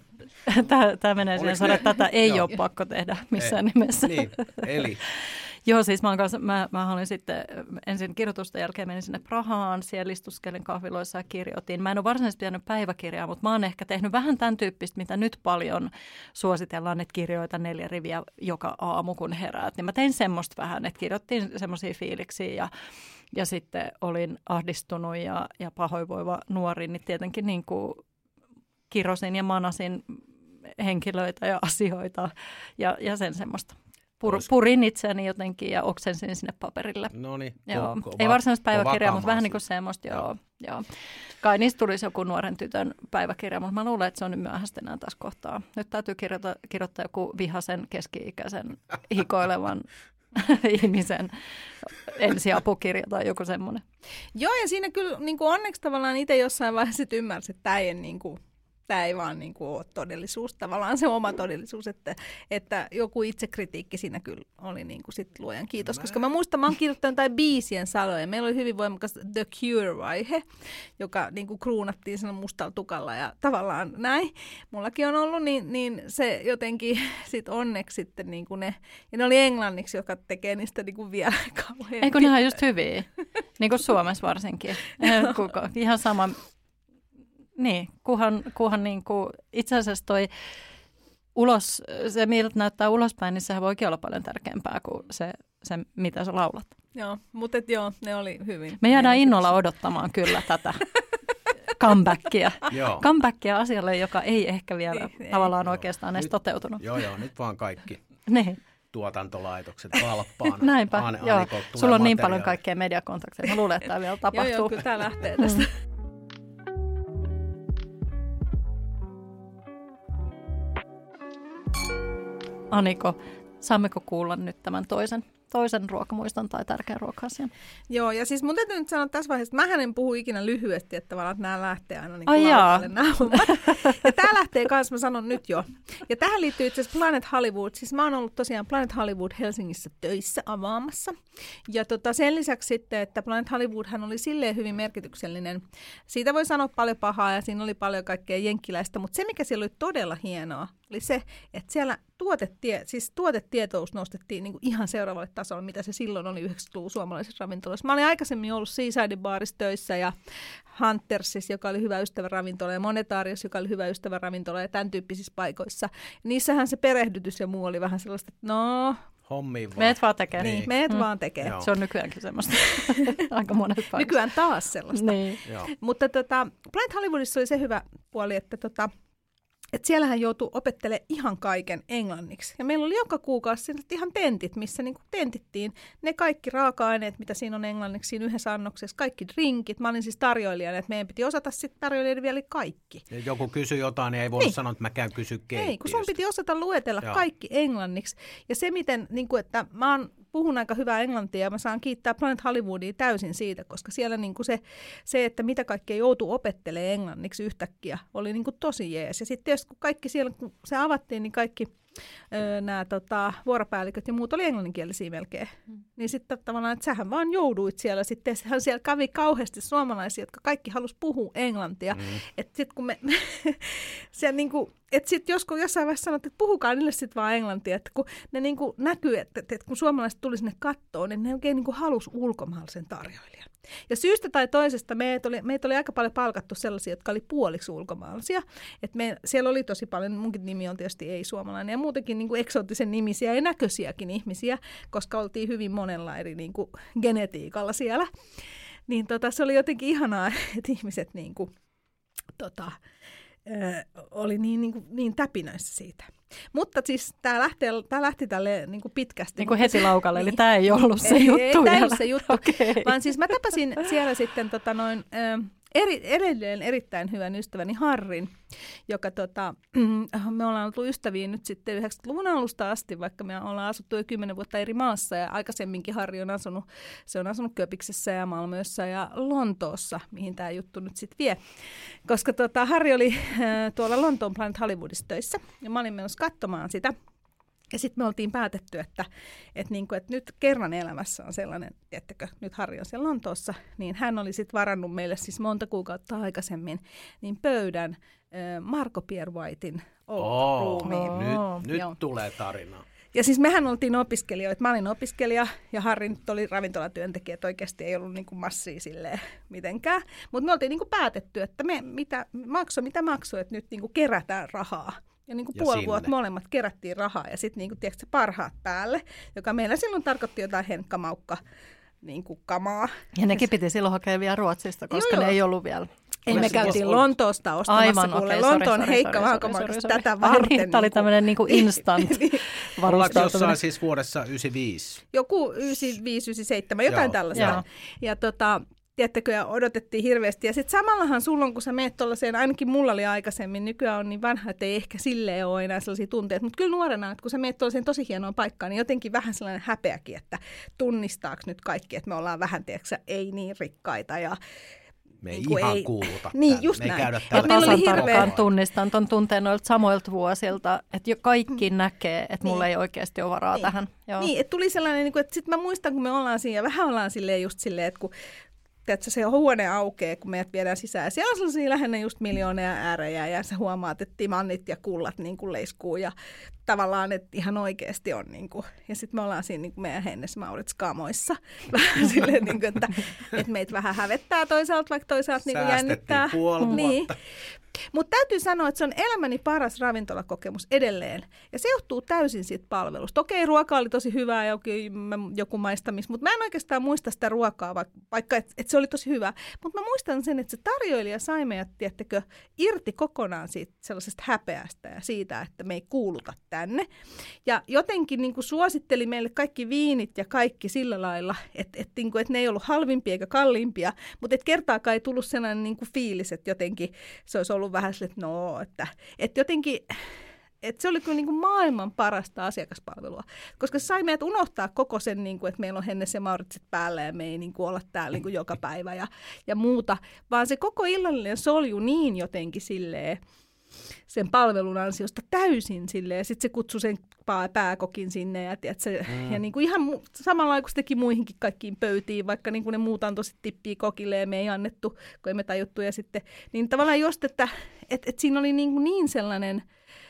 Tämä, tämä menee siihen sanoa, että tätä ei ole pakko tehdä missään ei. nimessä. Niin, eli... Joo, siis mä, oon kanssa, mä, mä olin sitten ensin kirjoitusten jälkeen menin sinne Prahaan, siellä istuskelin kahviloissa ja kirjoitin. Mä en ole varsinaisesti pitänyt päiväkirjaa, mutta mä oon ehkä tehnyt vähän tämän tyyppistä, mitä nyt paljon suositellaan, että kirjoita neljä riviä joka aamu, kun heräät. Niin mä tein semmoista vähän, että kirjoittiin semmoisia fiiliksiä ja, ja sitten olin ahdistunut ja, ja pahoinvoiva nuori, niin tietenkin niin kuin kirosin ja manasin henkilöitä ja asioita ja, ja sen semmoista. Pur, purin itseäni jotenkin ja oksensin sinne paperille. No niin. Joo. Ko- Ei varsinaisesti päiväkirjaa, mutta vähän siis. niin kuin semmoista. Joo. Joo. Kai niistä tulisi joku nuoren tytön päiväkirja, mutta mä luulen, että se on nyt myöhäistä enää tässä kohtaa. Nyt täytyy kirjoittaa, kirjoittaa joku vihaisen keski-ikäisen hikoilevan ihmisen ensiapukirja tai joku semmoinen. Joo, ja siinä kyllä niin kuin onneksi tavallaan itse jossain vaiheessa ymmärsi, että tämä ei niin kuin... Tämä ei vaan niin kuin ole todellisuus, tavallaan se oma todellisuus, että, että joku itsekritiikki siinä kyllä oli niin kuin sit luojan kiitos. Koska mä muistan, mä oon kirjoittanut jotain biisien saloja. Meillä oli hyvin voimakas The Cure-vaihe, joka niin kuin kruunattiin siinä mustalla tukalla ja tavallaan näin. Mullakin on ollut, niin, niin se jotenkin sit onneksi sitten niin kuin ne, ja ne oli englanniksi, joka tekee niistä niin kuin vielä kauhean. Eikö ne ihan just hyviä? Niin kuin Suomessa varsinkin. Ihan sama. Niin, kunhan, kunhan niin kuin, itse asiassa toi ulos, se miltä näyttää ulospäin, niin sehän voikin olla paljon tärkeämpää kuin se, se mitä sä laulat. Joo, mutta et joo, ne oli hyvin. Me jäädään innolla odottamaan kyllä tätä comebackia. Comebackia asialle, joka ei ehkä vielä niin, tavallaan ei. oikeastaan edes toteutunut. Joo, joo, nyt vaan kaikki. Niin. Tuotantolaitokset valppaana. Näinpä, An- joo. Aniko, sulla on niin paljon kaikkea mediakontakteja. Mä luulen, että tämä vielä tapahtuu. Joo, joo, kyllä tämä lähtee tästä. Mm. Aniko, saammeko kuulla nyt tämän toisen, toisen ruokamuiston tai tärkeän ruoka-asian? Joo, ja siis mun täytyy nyt sanoa tässä vaiheessa, että mähän en puhu ikinä lyhyesti, että tavallaan että nämä lähtee aina niin kuin laukalle nämä hommat. Ja tämä lähtee kanssa, mä sanon nyt jo. Ja tähän liittyy itse asiassa Planet Hollywood. Siis mä oon ollut tosiaan Planet Hollywood Helsingissä töissä avaamassa. Ja tota, sen lisäksi sitten, että Planet Hollywoodhan oli silleen hyvin merkityksellinen. Siitä voi sanoa paljon pahaa ja siinä oli paljon kaikkea jenkkiläistä, mutta se mikä siellä oli todella hienoa, oli se, että siellä tuotetie, siis tuotetietous nostettiin niin kuin ihan seuraavalle tasolle, mitä se silloin oli yhdeksänkymmentäluvun suomalaisessa ravintolassa. Mä olin aikaisemmin ollut Seaside Barissa töissä ja Huntersissa, joka oli hyvä ystävä ravintola, ja Monetarios, joka oli hyvä ystävä ravintola, ja tämän tyyppisissä paikoissa. Niissähän se perehdytys ja muu oli vähän sellaista, että no... Hommiin vaan. Meet vaan tekee. Niin, meet mm. vaan tekee. Joo. Se on nykyäänkin semmoista. Aika monet paikassa. Nykyään taas sellaista. Niin. Mutta tota, Planet Hollywoodissa oli se hyvä puoli, että tota, että siellähän joutui opettelemaan ihan kaiken englanniksi. Ja meillä oli joka kuukausi ihan tentit, missä niinku tentittiin ne kaikki raaka-aineet, mitä siinä on englanniksi siinä yhdessä annoksessa, kaikki drinkit. Mä olin siis tarjoilijana, että meidän piti osata sitten tarjoilijoiden vielä kaikki. Ja joku kysyi jotain, niin ei voinut niin. sanoa, että mä käyn kysyä keittiöstä. Ei, kun sun piti osata luetella Joo. kaikki englanniksi. Ja se, miten, niin kuin, että mä oon puhun aika hyvää englantia ja mä saan kiittää Planet Hollywoodia täysin siitä, koska siellä niin kuin se, se, että mitä kaikkea joutuu opettelemaan englanniksi yhtäkkiä, oli niin kuin tosi jees. Ja sitten tietysti kun kaikki siellä, kun se avattiin, niin kaikki öö, nämä tota, vuoropäälliköt ja muut oli englanninkielisiä melkein. Mm. Niin sitten tavallaan, että sähän vaan jouduit siellä. Sitten siellä kävi kauheasti suomalaisia, jotka kaikki halusi puhua englantia. Mm. Että sitten kun me, siellä niin kuin, et sitten joskus jossain vaiheessa sanot, että puhukaa niille sitten vaan englantia, että kun ne niin kuin näkyy, että, että kun suomalaiset tuli sinne kattoon, niin ne oikein niin kuin halusi ulkomaalaisen tarjoilijan. Ja syystä tai toisesta meitä oli, meitä oli aika paljon palkattu sellaisia, jotka oli puoliksi ulkomaalaisia. Et me, siellä oli tosi paljon, munkin nimi on tietysti ei-suomalainen ja muutenkin niin kuin eksoottisen nimisiä ja näköisiäkin ihmisiä, koska oltiin hyvin monella eri niin kuin genetiikalla siellä. Niin tota, se oli jotenkin ihanaa, että ihmiset niin kuin, tota, ö, oli niin, niin, kuin, niin täpinöissä siitä. Mutta siis tämä lähti, tää lähti tälle niin kuin pitkästi. Niin kuin heti laukalle, niin. Eli tämä ei ollut se ei, juttu ei, tämä ei ollut se juttu, okay. Vaan siis mä tapasin siellä sitten tota noin, ö, eri, edelleen erittäin hyvän ystäväni Harrin, joka tota, me ollaan oltu ystäviä nyt sitten yhdeksänkymmentäluvun alusta asti, vaikka me ollaan asuttu jo kymmenen vuotta eri maassa ja aikaisemminkin Harri on asunut, se on asunut Köpiksessä ja Malmössä ja Lontoossa, mihin tämä juttu nyt sitten vie. Koska tota, Harri oli äh, tuolla Lontoon Planet Hollywoodissa töissä ja mä olin menossa katsomaan sitä. Ja sitten me oltiin päätetty, että, että, niin kuin, että nyt kerran elämässä on sellainen, tiettäkö, nyt Harri on siellä Lontoossa, niin hän oli sitten varannut meille siis monta kuukautta aikaisemmin niin pöydän äh, Marco Pierre Whitein Old-roomiin. Oh, nyt nyt tulee tarina. Ja siis mehän oltiin opiskelijoita. Mä olin opiskelija ja Harri nyt oli ravintolatyöntekijä, että oikeasti ei ollut niinku massia silleen mitenkään. Mutta me oltiin niinku päätetty, että me mitä maksoi, mitä maksoi, että nyt niinku kerätään rahaa. Ja niin kuin ja puoli vuotta molemmat kerättiin rahaa ja sitten niin kuin, parhaat päälle, joka meillä silloin tarkoitti jotain henkkamaukka niin kuin kamaa. Ja nekin piti silloin hakea vielä Ruotsista, koska joo, ne joo. ei ollut vielä. Ei, me käytiin Lontoosta ostamassa Aivan, kuule. Okay, Lontoon sorry, heikka sorry, vahkomaukasta sorry, sorry, tätä sorry. varten. Niin, tämä oli tämmöinen niin kuin instant varustautuminen. Ollaanko jossain siis vuodessa yhdeksänkymmentäviisi? Joku yhdeksänkymmentäviisi yhdeksänkymmentäseitsemän, jotain joo, tällaista. joo. Ja tota... Tiedättekö, ja odotettiin hirveästi. Ja sitten samallahan sulla, kun sä meet tuollaiseen, ainakin mulla oli aikaisemmin, nykyään on niin vanha, että ei ehkä silleen ole enää sellaisia tunteita. Mutta kyllä nuorena, että kun sä meet tuollaiseen tosi hienoon paikkaan, niin jotenkin vähän sellainen häpeäkin, että tunnistaako nyt kaikki, että me ollaan vähän, tiedätkö, ei niin rikkaita ja me ei niin ihan ei, kuuluta niin, tänne. just me ei näin. käydä Mä tällä tasan hirveä... tarkkaan tunnistan ton tunteen noilta samoilta vuosilta, että jo kaikki mm. näkee, että mulla niin. ei oikeasti ole varaa niin. tähän. Joo. Niin, että tuli sellainen, että sitten mä muistan, kun me ollaan siinä, ja vähän ollaan silleen just silleen, että kun että se huone aukeaa, kun meidät viedään sisään. Siellä on sellaisia lähinnä just miljoonia äärejä ja sä huomaat, että timannit ja kullat niin kuin leiskuu ja tavallaan, että ihan oikeasti on. Niin kuin. Ja sitten me ollaan siinä niin kuin meidän Hennes Mauritz-kamoissa. Vähän silleen, niin kuin, että, että meitä vähän hävettää toisaalta, vaikka toisaalta niin kuin jännittää. puoli vuotta. Niin. Mutta täytyy sanoa, että se on elämäni paras ravintolakokemus edelleen. Ja se johtuu täysin siitä palvelusta. Okei, ruoka oli tosi hyvää ja joku maistamis, mutta mä en oikeastaan muista sitä ruokaa, vaikka että et se oli tosi hyvä. Mutta mä muistan sen, että se tarjoilija sai meidät, tiettäkö, irti kokonaan siitä sellaisesta häpeästä ja siitä, että me ei kuuluta tänne. Ja jotenkin niin kuin suositteli meille kaikki viinit ja kaikki sillä lailla, että et, niin et ne ei ollut halvimpia eikä kalliimpia, mutta et kertaakaan ei tullut sellainen niin kuin fiilis, että jotenkin se olisi ollut vähän sille, että no, että, että jotenkin, että se oli kyllä niin kuin maailman parasta asiakaspalvelua, koska se sai meidät unohtaa koko sen, niin kuin, että meillä on Hennes ja Mauritsit päällä ja me ei niin kuin olla täällä niin kuin joka päivä ja, ja muuta, vaan se koko illallinen solju niin jotenkin silleen, sen palvelun ansiosta täysin silleen, ja sitten se kutsui sen pääkokin sinne, ja, tiedät, se, mm. ja niin kuin ihan samalla lailla kuin se teki muihinkin kaikkiin pöytiin, vaikka niin kuin ne muut antoi sitten tippiä kokille, ja me ei annettu, kun emme tajuttu, ja sitten, niin tavallaan just, että et, et siinä oli niin, kuin niin sellainen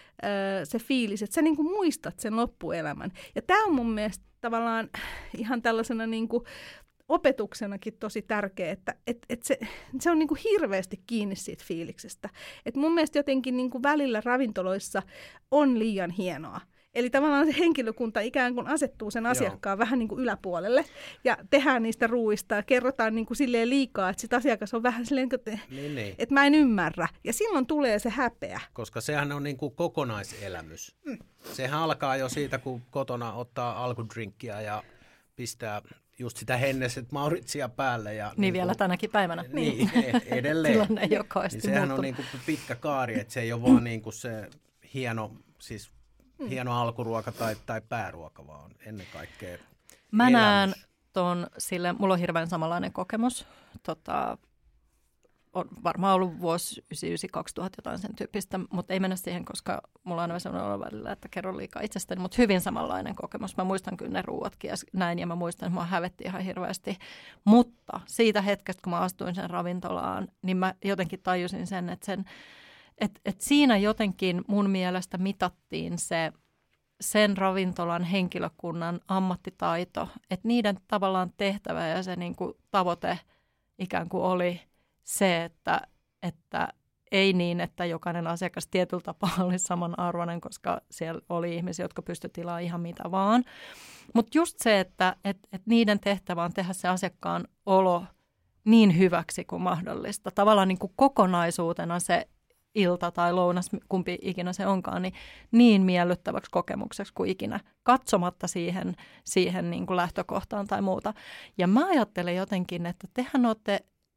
öö, se fiilis, että sä niin kuin muistat sen loppuelämän, ja tämä on mun mielestä tavallaan ihan tällaisena niin kuin opetuksenakin tosi tärkeä, että et, et se, se on niinku hirveästi kiinni siitä fiiliksestä. Et mun mielestä jotenkin niinku välillä ravintoloissa on liian hienoa. Eli tavallaan se henkilökunta ikään kuin asettuu sen asiakkaan Joo. vähän niin kuin yläpuolelle ja tehdään niistä ruuista ja kerrotaan niin kuin silleen liikaa, että sit asiakas on vähän silleen, että, niin, niin. että mä en ymmärrä. Ja silloin tulee se häpeä. Koska sehän on niin kuin kokonaiselämys. Mm. Sehän alkaa jo siitä, kun kotona ottaa alkudrinkkiä ja pistää just sitä Henneset Mauritsia päälle. Ja niin, niin vielä kuin, tänäkin päivänä. Niin, edelleen. Tilanne ei ole niin sehän on niin kuin pitkä kaari, että se ei ole vaan niin kuin se hieno, siis mm. hieno alkuruoka tai, tai pääruoka, vaan ennen kaikkea Mä elämys. näen ton sille, mulla on hirveän samanlainen kokemus. Tota, on varmaan ollut vuosi yhdeksänkymmentäyhdeksän kaksituhatta jotain sen tyyppistä, mutta ei mennä siihen, koska mulla on aina sellainen olo välillä, että kerron liikaa itsestäni, mutta hyvin samanlainen kokemus. Mä muistan kyllä ne ruuatkin ja näin, ja mä muistan, että mua hävetti ihan hirveästi. Mutta siitä hetkestä, kun mä astuin sen ravintolaan, niin mä jotenkin tajusin sen, että sen et, et siinä jotenkin mun mielestä mitattiin se sen ravintolan henkilökunnan ammattitaito, että niiden tavallaan tehtävä ja se niin kuin tavoite ikään kuin oli se, että, että ei niin, että jokainen asiakas tietyllä tapaa oli samanarvoinen, koska siellä oli ihmisiä, jotka pystyivät tilaamaan ihan mitä vaan. Mutta just se, että et, et niiden tehtävä on tehdä se asiakkaan olo niin hyväksi kuin mahdollista. Tavallaan niin kuin kokonaisuutena se ilta tai lounas, kumpi ikinä se onkaan, niin, niin miellyttäväksi kokemukseksi kuin ikinä, katsomatta siihen, siihen niin kuin lähtökohtaan tai muuta. Ja mä ajattelen jotenkin, että tehän olette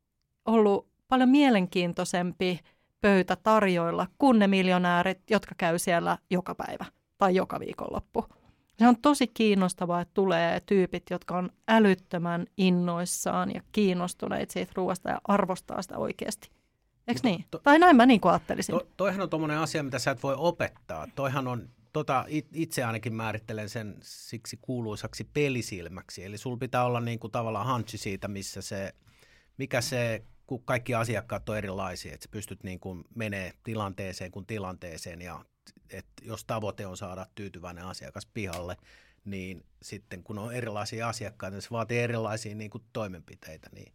ollut paljon mielenkiintoisempi pöytä tarjoilla kuin ne miljonäärit, jotka käy siellä joka päivä tai joka viikonloppu. Se on tosi kiinnostavaa, että tulee tyypit, jotka on älyttömän innoissaan ja kiinnostuneet siitä ruoasta ja arvostaa sitä oikeasti. Eikö niin? To, tai näin mä niin kuin ajattelisin. To, toihan on tommoinen asia, mitä sä et voi opettaa. Toihan on, tota, itse ainakin määrittelen sen siksi kuuluisaksi pelisilmäksi. Eli sulla pitää olla niin kuin tavallaan hunchi siitä, missä se, mikä se, kun kaikki asiakkaat on erilaisia, että sä pystyt niin kuin menee tilanteeseen kuin tilanteeseen ja että jos tavoite on saada tyytyväinen asiakas pihalle, niin sitten kun on erilaisia asiakkaita, niin se vaatii erilaisia niin kuin toimenpiteitä, niin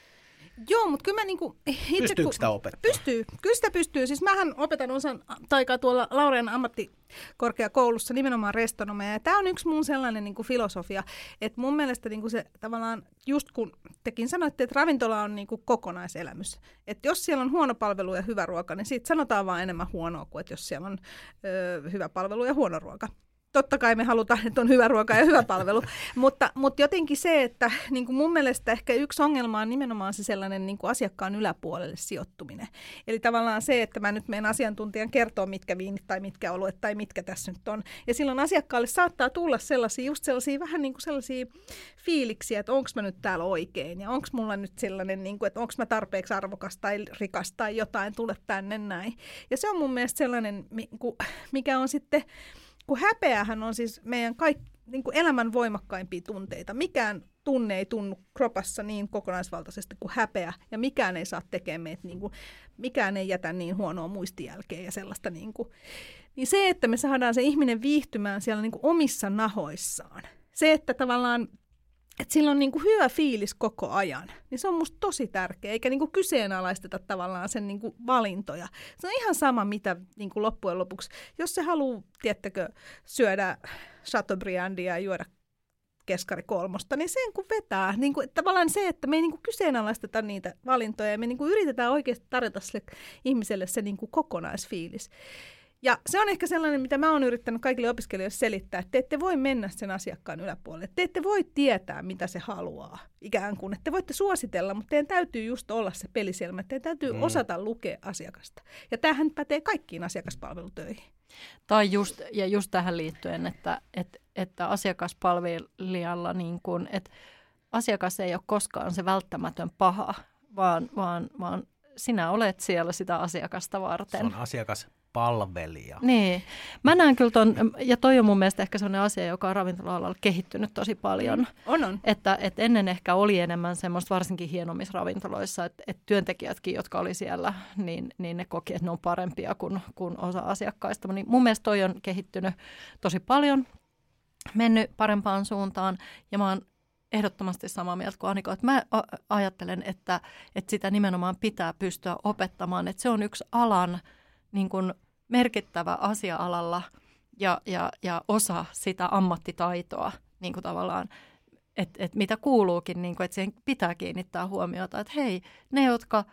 joo, mutta kyllä mä niinku itse... Pystyykö sitä opettaa? Pystyy. Kyllä sitä pystyy. Siis mähän opetan osan taikaa tuolla Laurean ammattikorkeakoulussa nimenomaan restonomia. Ja tämä on yksi mun sellainen niinku filosofia, että mun mielestä niinku se tavallaan, just kun tekin sanoitte, että ravintola on niinku kokonaiselämys. Että jos siellä on huono palvelu ja hyvä ruoka, niin siitä sanotaan vaan enemmän huonoa kuin että jos siellä on ö, hyvä palvelu ja huono ruoka. Totta kai me halutaan, että on hyvä ruoka ja hyvä palvelu, mutta, mutta jotenkin se, että niin kuin mun mielestä ehkä yksi ongelma on nimenomaan se sellainen niin kuin asiakkaan yläpuolelle sijoittuminen. Eli tavallaan se, että mä nyt menen asiantuntijan kertoa, mitkä viinit tai mitkä oluet tai mitkä tässä nyt on. Ja silloin asiakkaalle saattaa tulla sellaisia, just sellaisia vähän niin kuin sellaisia fiiliksiä, että onko mä nyt täällä oikein ja onko mulla nyt sellainen, niin kuin, että onko mä tarpeeksi arvokas tai rikas tai jotain, tule tänne näin. Ja se on mun mielestä sellainen, mikä on sitten... Kun häpeähän on siis meidän kaikki, niin kuin elämän voimakkaimpia tunteita. Mikään tunne ei tunnu kropassa niin kokonaisvaltaisesti kuin häpeä, ja mikään ei saa tekemään meitä, niin kuin, mikään ei jätä niin huonoa muistijälkeä ja sellaista. Niin, kuin. Niin se, että me saadaan se ihminen viihtymään siellä niin kuin omissa nahoissaan, se, että tavallaan että sillä on niinku hyvä fiilis koko ajan, niin se on musta tosi tärkeä, eikä niinku kyseenalaisteta tavallaan sen niinku valintoja. Se on ihan sama, mitä niinku loppujen lopuksi, jos se haluaa, tiettäkö, syödä Chateaubriandia ja juoda keskari kolmosta, niin sen kun vetää. Niinku, tavallaan se, että me ei niinku kyseenalaisteta niitä valintoja, ja me niinku yritetään oikeasti tarjota sille ihmiselle se niinku kokonaisfiilis. Ja se on ehkä sellainen, mitä mä oon yrittänyt kaikille opiskelijoille selittää, että te ette voi mennä sen asiakkaan yläpuolelle. Te ette voi tietää, mitä se haluaa, ikään kuin. Että te voitte suositella, mutta teidän täytyy just olla se pelisilmä. Teidän täytyy mm. osata lukea asiakasta. Ja tämähän pätee kaikkiin asiakaspalvelutöihin. Tai just, ja just tähän liittyen, että, että, että asiakaspalvelijalla, niin kuin, että asiakas ei ole koskaan se välttämätön paha, vaan, vaan, vaan sinä olet siellä sitä asiakasta varten. Se on asiakas. Palvelija. Niin. Mä näen kyllä ton, ja toi on mun mielestä ehkä sellainen asia, joka on ravintola-alalla kehittynyt tosi paljon. Mm, on, on. Että, että ennen ehkä oli enemmän semmoista, varsinkin hienommissa ravintoloissa, että, että työntekijätkin, jotka oli siellä, niin, niin ne koki, että ne on parempia kuin, kuin osa asiakkaista. Niin mun mielestä toi on kehittynyt tosi paljon, mennyt parempaan suuntaan, ja mä oon ehdottomasti samaa mieltä kuin Annika, että mä ajattelen, että, että sitä nimenomaan pitää pystyä opettamaan, että se on yksi alan niin kuin merkittävä asia-alalla ja, ja, ja osa sitä ammattitaitoa, niin kuin tavallaan, että et mitä kuuluukin, niin kuin, että siihen pitää kiinnittää huomiota, että hei, ne, jotka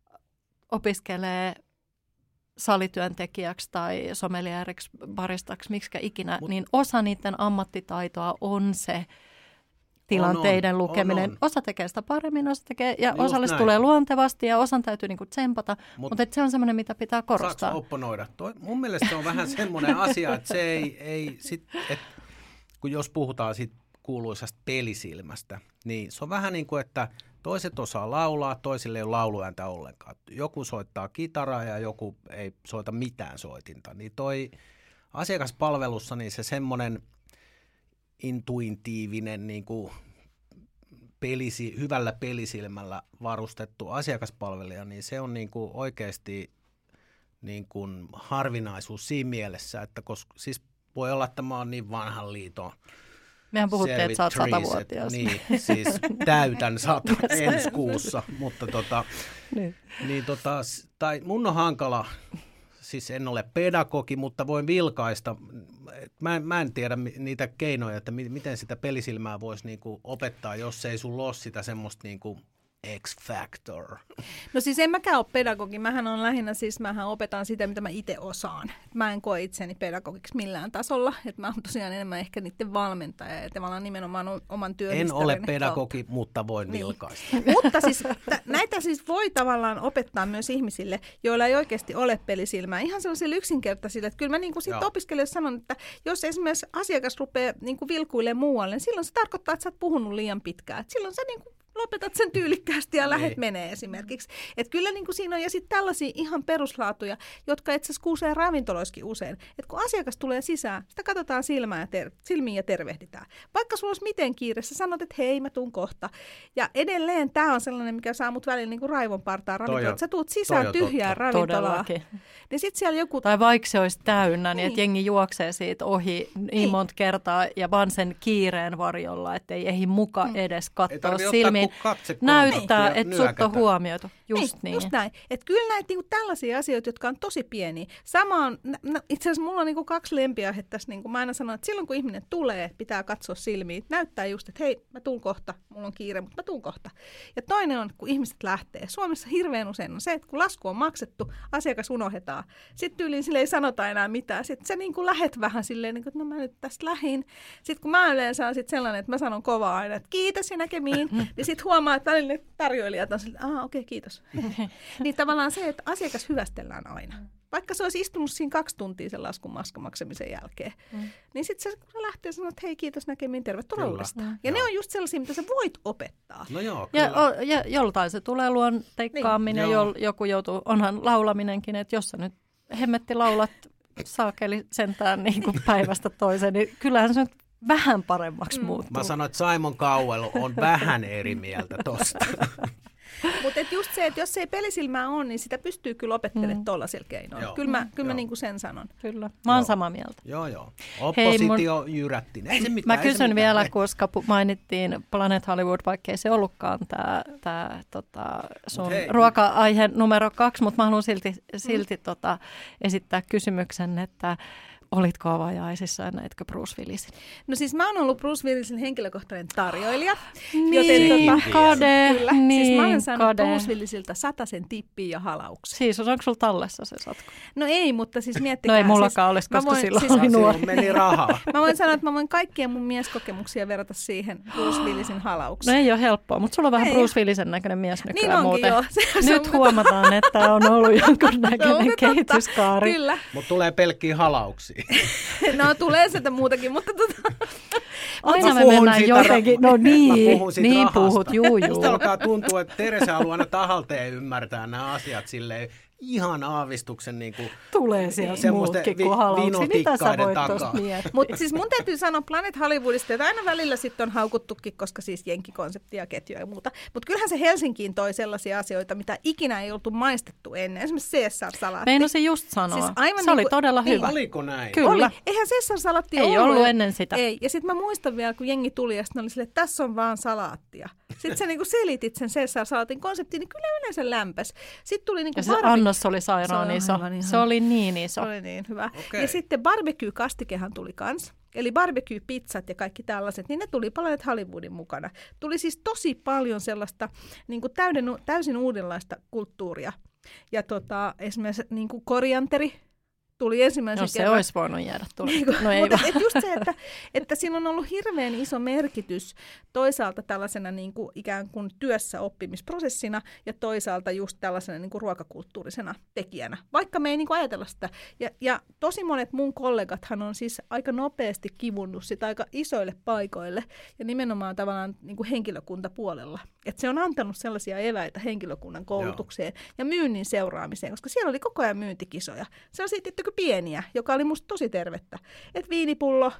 opiskelee salityöntekijäksi tai sommelieriksi, baristaksi, miksikä ikinä, Mut, niin osa niiden ammattitaitoa on se tilanteiden on, on, lukeminen. On, on. Osa tekee sitä paremmin, osa tekee, ja osallistuu tulee luontevasti, ja osan täytyy niinku tsempata, Mut, mutta se on semmoinen, mitä pitää korostaa. Saatko opponoida? Toi, mun mielestä se on vähän semmoinen asia, että se ei, ei sit, et, kun jos puhutaan sit kuuluisasta pelisilmästä, niin se on vähän niin kuin, että toiset osaa laulaa, toisille ei ole lauluääntä ollenkaan. Joku soittaa kitaraa ja joku ei soita mitään soitinta. Niin toi asiakaspalvelussa niin se semmoinen intuitiivinen, niin kuin pelisi, hyvällä pelisilmällä varustettu asiakaspalvelija, niin se on niin kuin oikeasti niin kuin harvinaisuus siinä mielessä, että koska, siis voi olla, että mä oon niin vanhan liiton mehän puhuttiin, että sä oot satavuotias. Niin, siis täytän sata ensi kuussa, mutta tota, niin. Niin tota, tai mun on hankala, siis en ole pedagogi, mutta voin vilkaista. Mä, mä en tiedä niitä keinoja, että miten sitä pelisilmää voisi niinku opettaa, jos ei sulla ole sitä semmoista niinku X-factor. No siis en mäkään ole pedagogi. Mähän on lähinnä, siis mähän opetan sitä, mitä mä itse osaan. Mä en koe itseni pedagogiksi millään tasolla. Että mä oon tosiaan enemmän ehkä niiden valmentaja ja tavallaan nimenomaan oman työhistorian. En ole pedagogi, kautta. Mutta voin niin. vilkaista. Mutta siis t- näitä siis voi tavallaan opettaa myös ihmisille, joilla ei oikeasti ole pelisilmää. Ihan sellaisille yksinkertaisille. Että kyllä mä niin kuin sitten opiskelijoille sanon, että jos esimerkiksi asiakas rupeaa niin kuin vilkuilemaan muualle, niin silloin se tarkoittaa, että sä oot puhunut liian pitkään. Että silloin sä niin kuin lopetat sen tyylikkäästi ja lähet menee esimerkiksi. Että kyllä niin kuin siinä on, ja sitten tällaisia ihan peruslaatuja, jotka itse asiassa kuusee ravintoloissakin usein. Että kun asiakas tulee sisään, sitä katsotaan silmään ja ter- silmiin ja tervehditään. Vaikka sulla olisi miten kiire, sä sanot, että hei, mä tuun kohta. Ja edelleen tämä on sellainen, mikä saa mut välillä niin kuin raivon partaan ravintolaan. Sä tuut sisään tyhjään ravintolaa. Niin sit siellä joku... Tai vaikka se olisi täynnä, niin, niin että jengi juoksee siitä ohi niin, niin monta kertaa ja vaan sen kiireen varjolla, että ei ehdi muka mm. edes katsoa silmiin. Näyttää, että sut on huomioitu. Just niin. niin. Just näin. Että kyllä näitä niinku tällaisia asioita, jotka on tosi pieniä. Sama on, no, itse asiassa mulla on niinku kaksi lempiaihetta tässä. Niinku mä aina sanon, että silloin kun ihminen tulee, pitää katsoa silmiin. Näyttää just, että hei, mä tuun kohta. Mulla on kiire, mutta mä tuun kohta. Ja toinen on, kun ihmiset lähtee. Suomessa hirveän usein on se, että kun lasku on maksettu, asiakas unohdetaan. Sitten tyyliin sille ei sanota enää mitään. Sitten sä niinku lähet vähän silleen, niin kuin, että no mä nyt tästä lähin. Sitten kun mä yleensä on sit sellainen, että mä sanon kovaa aina, että kiitos ja näkemiin. Niin sitten huomaa, että välillä ne tarjoilijat on silleen, aah okei, okay, kiitos. Niin tavallaan se, että asiakas hyvästellään aina. Vaikka se olisi istunut siinä kaksi tuntia sen laskun maksamisen jälkeen. Mm. Niin sitten se, kun se lähtee sanoa, että hei kiitos näkemiin, tervetuloa uudestaan. Mm. Ja joo. Ne on just sellaisia, mitä sä voit opettaa. No joo, ja, o, ja joltain se tulee luonteikkaammin niin. ja jol, joku joutuu, onhan laulaminenkin, että jos sä nyt hemmetti laulat saakeli sentään niin kuin päivästä toiseen, niin kyllähän se nyt vähän paremmaksi mm. muuttuu. Mä sanoin, että Simon Cowell on vähän eri mieltä tosta. Mutta just se, että jos ei pelisilmää ole, niin sitä pystyy kyllä opettelemaan mm. tuollaisilla keinoilla. Kyllä mä, kyllä mä niinku sen sanon. Kyllä, mä oon joo. samaa mieltä. Joo, joo. Oppositio Hei, mun... jyrätti. Ei se mitään, mä kysyn se mitään. vielä, koska mainittiin Planet Hollywood, vaikka ei se ollutkaan tämä tää, tota, sun ruoka-aihe numero kaksi, mutta mä haluan silti, silti mm. tota, esittää kysymyksen, että olitko avajaisissa ja näitkö Bruce Willisin? No siis mä oon ollut Bruce Willisin henkilökohtainen tarjoilija. Niin, joten, tota, kade. Kyllä. Niin, siis mä olen saanut kade. Bruce Willisiltä satasen tippiä ja halauksia. Siis onko sulla tallessa se satko? No ei, mutta siis miettikää. No ei mullakaan siis, olisi, koska voin, silloin siis, oli nuori. Meni rahaa. Mä voin sanoa, että mä voin kaikkia mun mieskokemuksia verrata siihen Bruce Willisin halaukseen. No ei ole helppoa, mutta sulla on vähän ei. Bruce Willisen näköinen mies nykyään niin muuten. Jo. Se, se nyt huomataan, että on ollut jonkun näköinen kehityskaari. Kyllä. Mutta tulee pelkkiä halauksia. No tulee sitä muutakin, mutta tota... Aina me mennään jotenkin, no niin, niin rahasta. Puhut, juu juu. Musta alkaa tuntua, että Teresa haluaa aina tahalteen ymmärtää nämä asiat silleen ihan aavistuksen niin kuin tulee sieltä muutkin kuin halauksia. Mitä sä voit tuosta miettiä? Mutta siis mun täytyy sanoa Planet Hollywoodista, että aina välillä sitten on haukuttukin, koska siis jenkkikonseptia ja ketjuja ja muuta. Mutta kyllähän se Helsinkiin toi sellaisia asioita, mitä ikinä ei oltu maistettu ennen. Esimerkiksi Caesar-salaatti. Meinasin just sanoa. Siis aivan se niin oli kuin, todella niin, hyvä. Oliko näin? Kyllä. Oli. Eihän Caesar-salaatti ollut. Ei ollut ennen sitä. Ei. Ja sitten mä muistan vielä, kun jengi tuli ja sitten oli silleen, että tässä on vaan salaattia. Sitten sä niinku selitit sen Caesar-salaatin konseptiin, niin kyllä yleensä lämpäs. Sitten tuli niinku ja se barbe- annos oli sairaan iso. Se oli niin iso. Se oli niin hyvä. Okay. Ja sitten barbecue-kastikehan tuli kans. Eli barbecue-pizzat ja kaikki tällaiset, niin ne tuli Planet Hollywoodin mukana. Tuli siis tosi paljon sellaista niin kuin täyden, täysin uudenlaista kulttuuria. Ja tota, esimerkiksi niin kuin korianteri tuli ensimmäisen no, se kerran. olisi voinut jäädä tulla. No ei mutta et just se, että, että siinä on ollut hirveän iso merkitys toisaalta tällaisena niin kuin ikään kuin työssä oppimisprosessina ja toisaalta just tällaisena niin kuin ruokakulttuurisena tekijänä, vaikka me ei niin kuin ajatella sitä. Ja, ja tosi monet mun kollegathan on siis aika nopeasti kivunnut sitä aika isoille paikoille ja nimenomaan tavallaan niin kuin henkilökuntapuolella. Että se on antanut sellaisia eväitä henkilökunnan koulutukseen Joo. ja myynnin seuraamiseen, koska siellä oli koko ajan myyntikisoja. Se on siitä pieniä, joka oli musta tosi tervettä. Että viinipullo,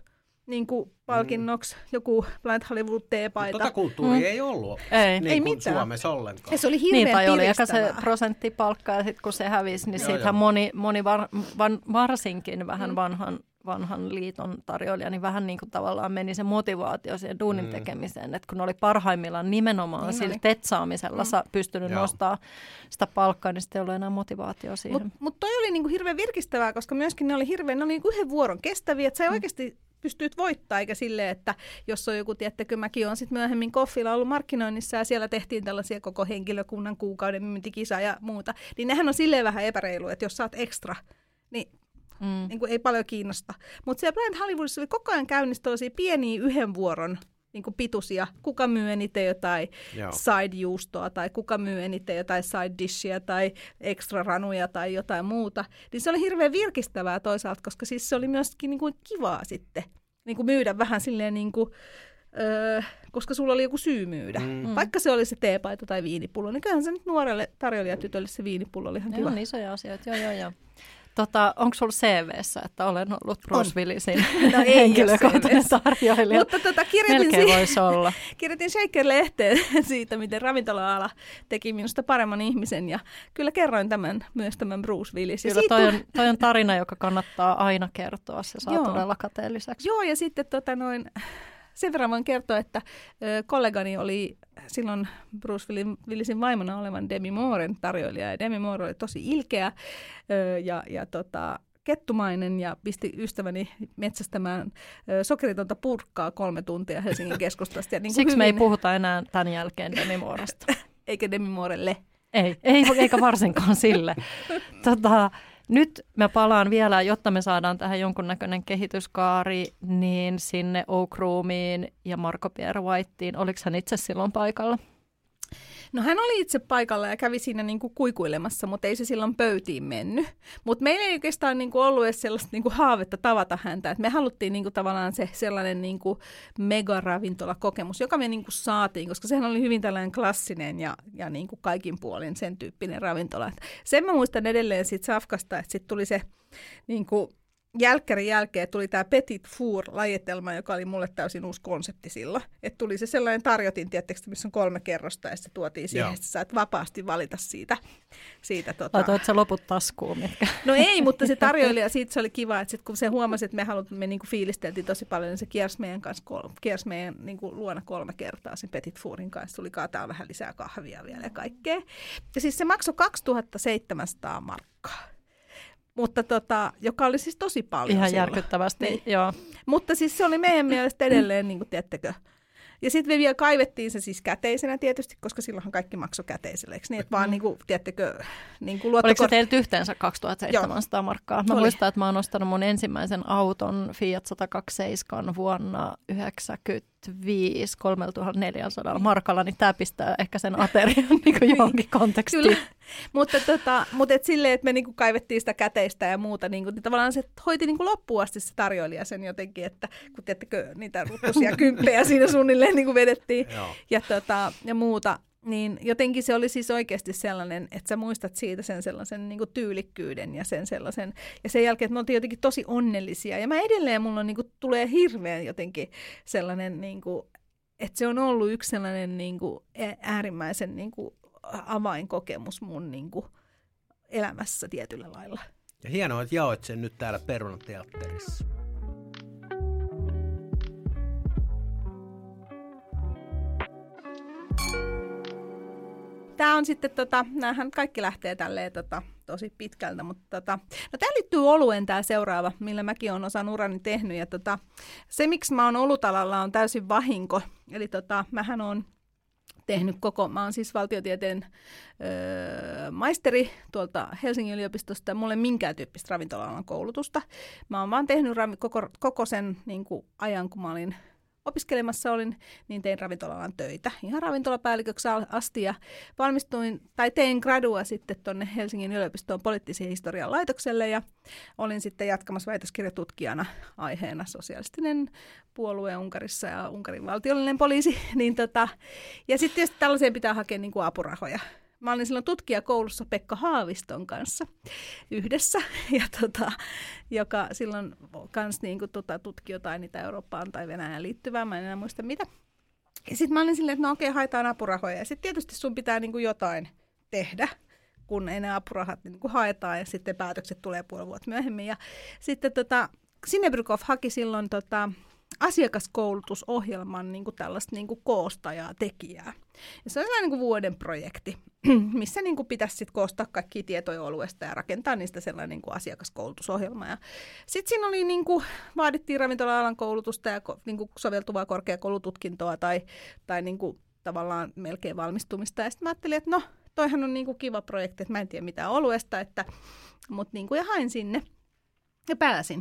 niin kuin palkinnoksi mm. joku Planet Hollywood-teepaita. Tota kulttuuria mm. ei ollut ei. niin ei kuin mitään. Suomessa ollenkaan. Ja se oli hirveän niin, tai oli ehkä piristävää. se prosenttipalkka, ja sitten kun se hävisi, niin Joo, siitähän joo. moni, moni var, van, varsinkin vähän Mm. vanhan, vanhan liiton tarjoilija, niin vähän niin kuin tavallaan meni se motivaatio siihen duunin Mm. tekemiseen, että kun ne oli parhaimmillaan nimenomaan Niin sillä oli. tetsaamisella Mm. sa, pystynyt Joo. nostaa sitä palkkaa, niin sitten ei ollut enää motivaatio siihen. Mutta mut toi oli niinku hirveän virkistävää, koska myöskin ne oli hirveän, ne oli niinku yhden vuoron kestäviä, että sä Mm. oikeasti pystyt voittaa, eikä silleen, että jos on joku, tiettäkö, mäkin olen sitten myöhemmin Koffilla ollut markkinoinnissa ja siellä tehtiin tällaisia koko henkilökunnan kuukauden myyntikisa ja muuta, niin nehän on silleen vähän epäreilu, että jos sä oot ekstra, niin Mm. niin kuin ei paljon kiinnosta. Mutta siellä Planet Hollywoodissa oli koko ajan käynnissä tällaisia pieniä yhden vuoron niin kuin pituisia. Kuka myy eniten jotain Joo. side-juustoa tai kuka myy eniten jotain side dishia tai extra ranuja tai jotain muuta. Niin se oli hirveän virkistävää toisaalta, koska siis se oli myöskin niin kuin kivaa sitten niin kuin myydä vähän silleen niin kuin, öö, koska sulla oli joku syy myydä. Mm. Vaikka se oli se teepaita tai viinipullo, niin kyllähän se nyt nuorelle tarjoilijatytölle se viinipullo oli ihan Ne kiva. on isoja asioita, joo joo joo. Tota, onko sulla C V:ssä, että olen ollut Bruce Willisin No ei henkilökohtainen ole C V:ssä. tarjoilija? Mutta tota, kirjoitin, Melkein si- voisi olla. kirjoitin Shaker-lehteen siitä, miten ravintola-ala teki minusta paremman ihmisen. Ja kyllä kerroin tämän myös tämän Bruce Willis. Ja Kyllä siitä- toi on, toi on tarina, joka kannattaa aina kertoa. Se saa Joo. todella kateelliseksi. Joo, ja sitten tota noin, sen verran voin kertoa, että ö, kollegani oli silloin Bruce Willisin vaimona olevan Demi Mooren tarjoilija. Ja Demi Moore oli tosi ilkeä ö, ja, ja tota, kettumainen ja pisti ystäväni metsästämään ö, sokeritonta purkkaa kolme tuntia Helsingin keskustasta. Ja niin kuin Siksi me ei hyvin- puhuta enää tämän jälkeen Demi Mooresta. Eikä Demi Moorelle. Ei, ei, eikä varsinkaan sille. Tota, nyt mä palaan vielä, jotta me saadaan tähän jonkunnäköinen kehityskaari, niin sinne Oak Roomiin ja Marco Pierre Whiteen. Oliko hän itse silloin paikalla? No hän oli itse paikalla ja kävi siinä niinku kuikuilemassa, mutta ei se silloin pöytiin mennyt. Mutta meillä ei oikeastaan niinku ollut edes sellaista niinku haavetta tavata häntä. Et me haluttiin niinku tavallaan se sellainen niinku megaravintolakokemus, joka me niinku saatiin, koska sehän oli hyvin tällainen klassinen ja, ja niinku kaikin puolin sen tyyppinen ravintola. Et sen mä muistan edelleen siitä Safkasta, että sitten tuli se niinku jälkkärin jälkeen tuli tämä Petit Four-lajitelma, joka oli mulle täysin uusi konsepti silloin. Että tuli se sellainen tarjotin, tietysti, missä on kolme kerrosta, ja se tuotiin siihen, että sä saat vapaasti valita siitä. siitä tota... Laitoit sä loput taskuun, mitkä? No ei, mutta se tarjoilija, siitä se oli kiva, että sit kun se huomasi, että me, halut, me niinku fiilisteltiin tosi paljon, niin se kiersi meidän, kanssa kol, kiersi meidän niinku luona kolme kertaa sen Petit Fourin kanssa. Tuli kaataa vähän lisää kahvia vielä ja kaikkea. Ja siis se maksoi kaksituhattaseitsemänsataa markkaa. Mutta tota, joka oli siis tosi paljon Ihan silloin. järkyttävästi, Niin. joo. Mutta siis se oli meidän mielestä edelleen, niin kuin tiedättekö. Ja sitten me vielä kaivettiin se siis käteisenä tietysti, koska silloinhan kaikki maksoi käteiselle. Eikö niin, että vaan niin kuin, tiedättekö, niin kuin Oliko se luottokort... teiltä yhteensä kaksituhattaseitsemänsataa markkaa? Mä Oli. muistan, että mä oon ostanut mun ensimmäisen auton Fiat sata kaksikymmentäseitsemän vuonna yhdeksänkymmentäviisi kolmetuhattaneljäsataa markalla, niin tää pistää ehkä sen aterian niin kuin johonkin kontekstiin. Kyllä, mutta, tota, mutta et silleen, että me niinku kaivettiin sitä käteistä ja muuta, niinku, niin tavallaan se hoiti niinku loppuun asti se tarjoilija sen jotenkin, että kun tiedättekö, niitä ruttosia kymppejä siinä suunnilleen niinku vedettiin ja, tota, ja muuta, niin jotenkin se oli siis oikeasti sellainen, että sä muistat siitä sen sellaisen niinku tyylikkyyden ja sen sellaisen, ja sen jälkeen, että me oltiin jotenkin tosi onnellisia, ja mä edelleen, mulla on, niinku, tulee hirveän jotenkin sellainen, niinku, että se on ollut yksi sellainen niinku, äärimmäisen niinku, avainkokemus mun niinku, elämässä tietyllä lailla. Ja hienoa, että jaoit sen nyt täällä Perunateatterissa. Tämä on sitten, tota, näähän kaikki lähtee tälleen tota, tosi pitkältä, mutta tota, no tämä liittyy oluen tämä seuraava, millä mäkin olen osan urani tehnyt. Ja tota, se, miksi mä oon olutalalla, on täysin vahinko. Eli tota, mähän on tehnyt koko, mä oon siis valtiotieteen öö, maisteri tuolta Helsingin yliopistosta ja mulla ei minkään tyyppistä ravintola-alan koulutusta. Mä oon vaan tehnyt ravi, koko, koko sen niin kuin ajan, kun mä olin opiskelemassa olin, niin tein ravintola-alan töitä ihan ravintolapäälliköksi asti ja valmistuin, tai tein gradua sitten tuonne Helsingin yliopistoon poliittisen historian laitokselle ja olin sitten jatkamassa väitöskirjatutkijana aiheena sosialistinen puolue Unkarissa ja Unkarin valtiollinen poliisi. Niin tota, ja sitten tietysti tällaiseen pitää hakea niin kuin apurahoja. mä olin silloin tutkijakoulussa Pekka Haaviston kanssa yhdessä, ja tota, joka silloin kans niin kuin, tota, tutki jotain niitä Eurooppaan tai Venäjään liittyvää, mä en enää muista mitä. Ja sitten mä olin silleen, että no okei, haetaan apurahoja, ja sitten tietysti sun pitää niin kuin jotain tehdä, kun ei ne apurahat niin kuin haetaan, ja sitten päätökset tulee puoli vuotta myöhemmin. Ja sitten tota, Sinebrykoff haki silloin tota, asiakaskoulutusohjelman niin kuin tällaista niin kuin koostajaa, tekijää. Ja se on sellainen niin kuin vuoden projekti, missä niin kuin pitäisi sit koostaa kaikkia tietoja oluesta ja rakentaa niistä sellainen niin kuin asiakaskoulutusohjelma. Sitten siinä oli, niin kuin, vaadittiin ravintola-alan koulutusta ja niin kuin soveltuvaa korkeakoulututkintoa tai, tai niin kuin, tavallaan melkein valmistumista. Ja sitten mä ajattelin, että no, toihan on niin kuin kiva projekti, että mä en tiedä mitään oluesta, että, mutta niin kuin, ja hain sinne ja pääsin.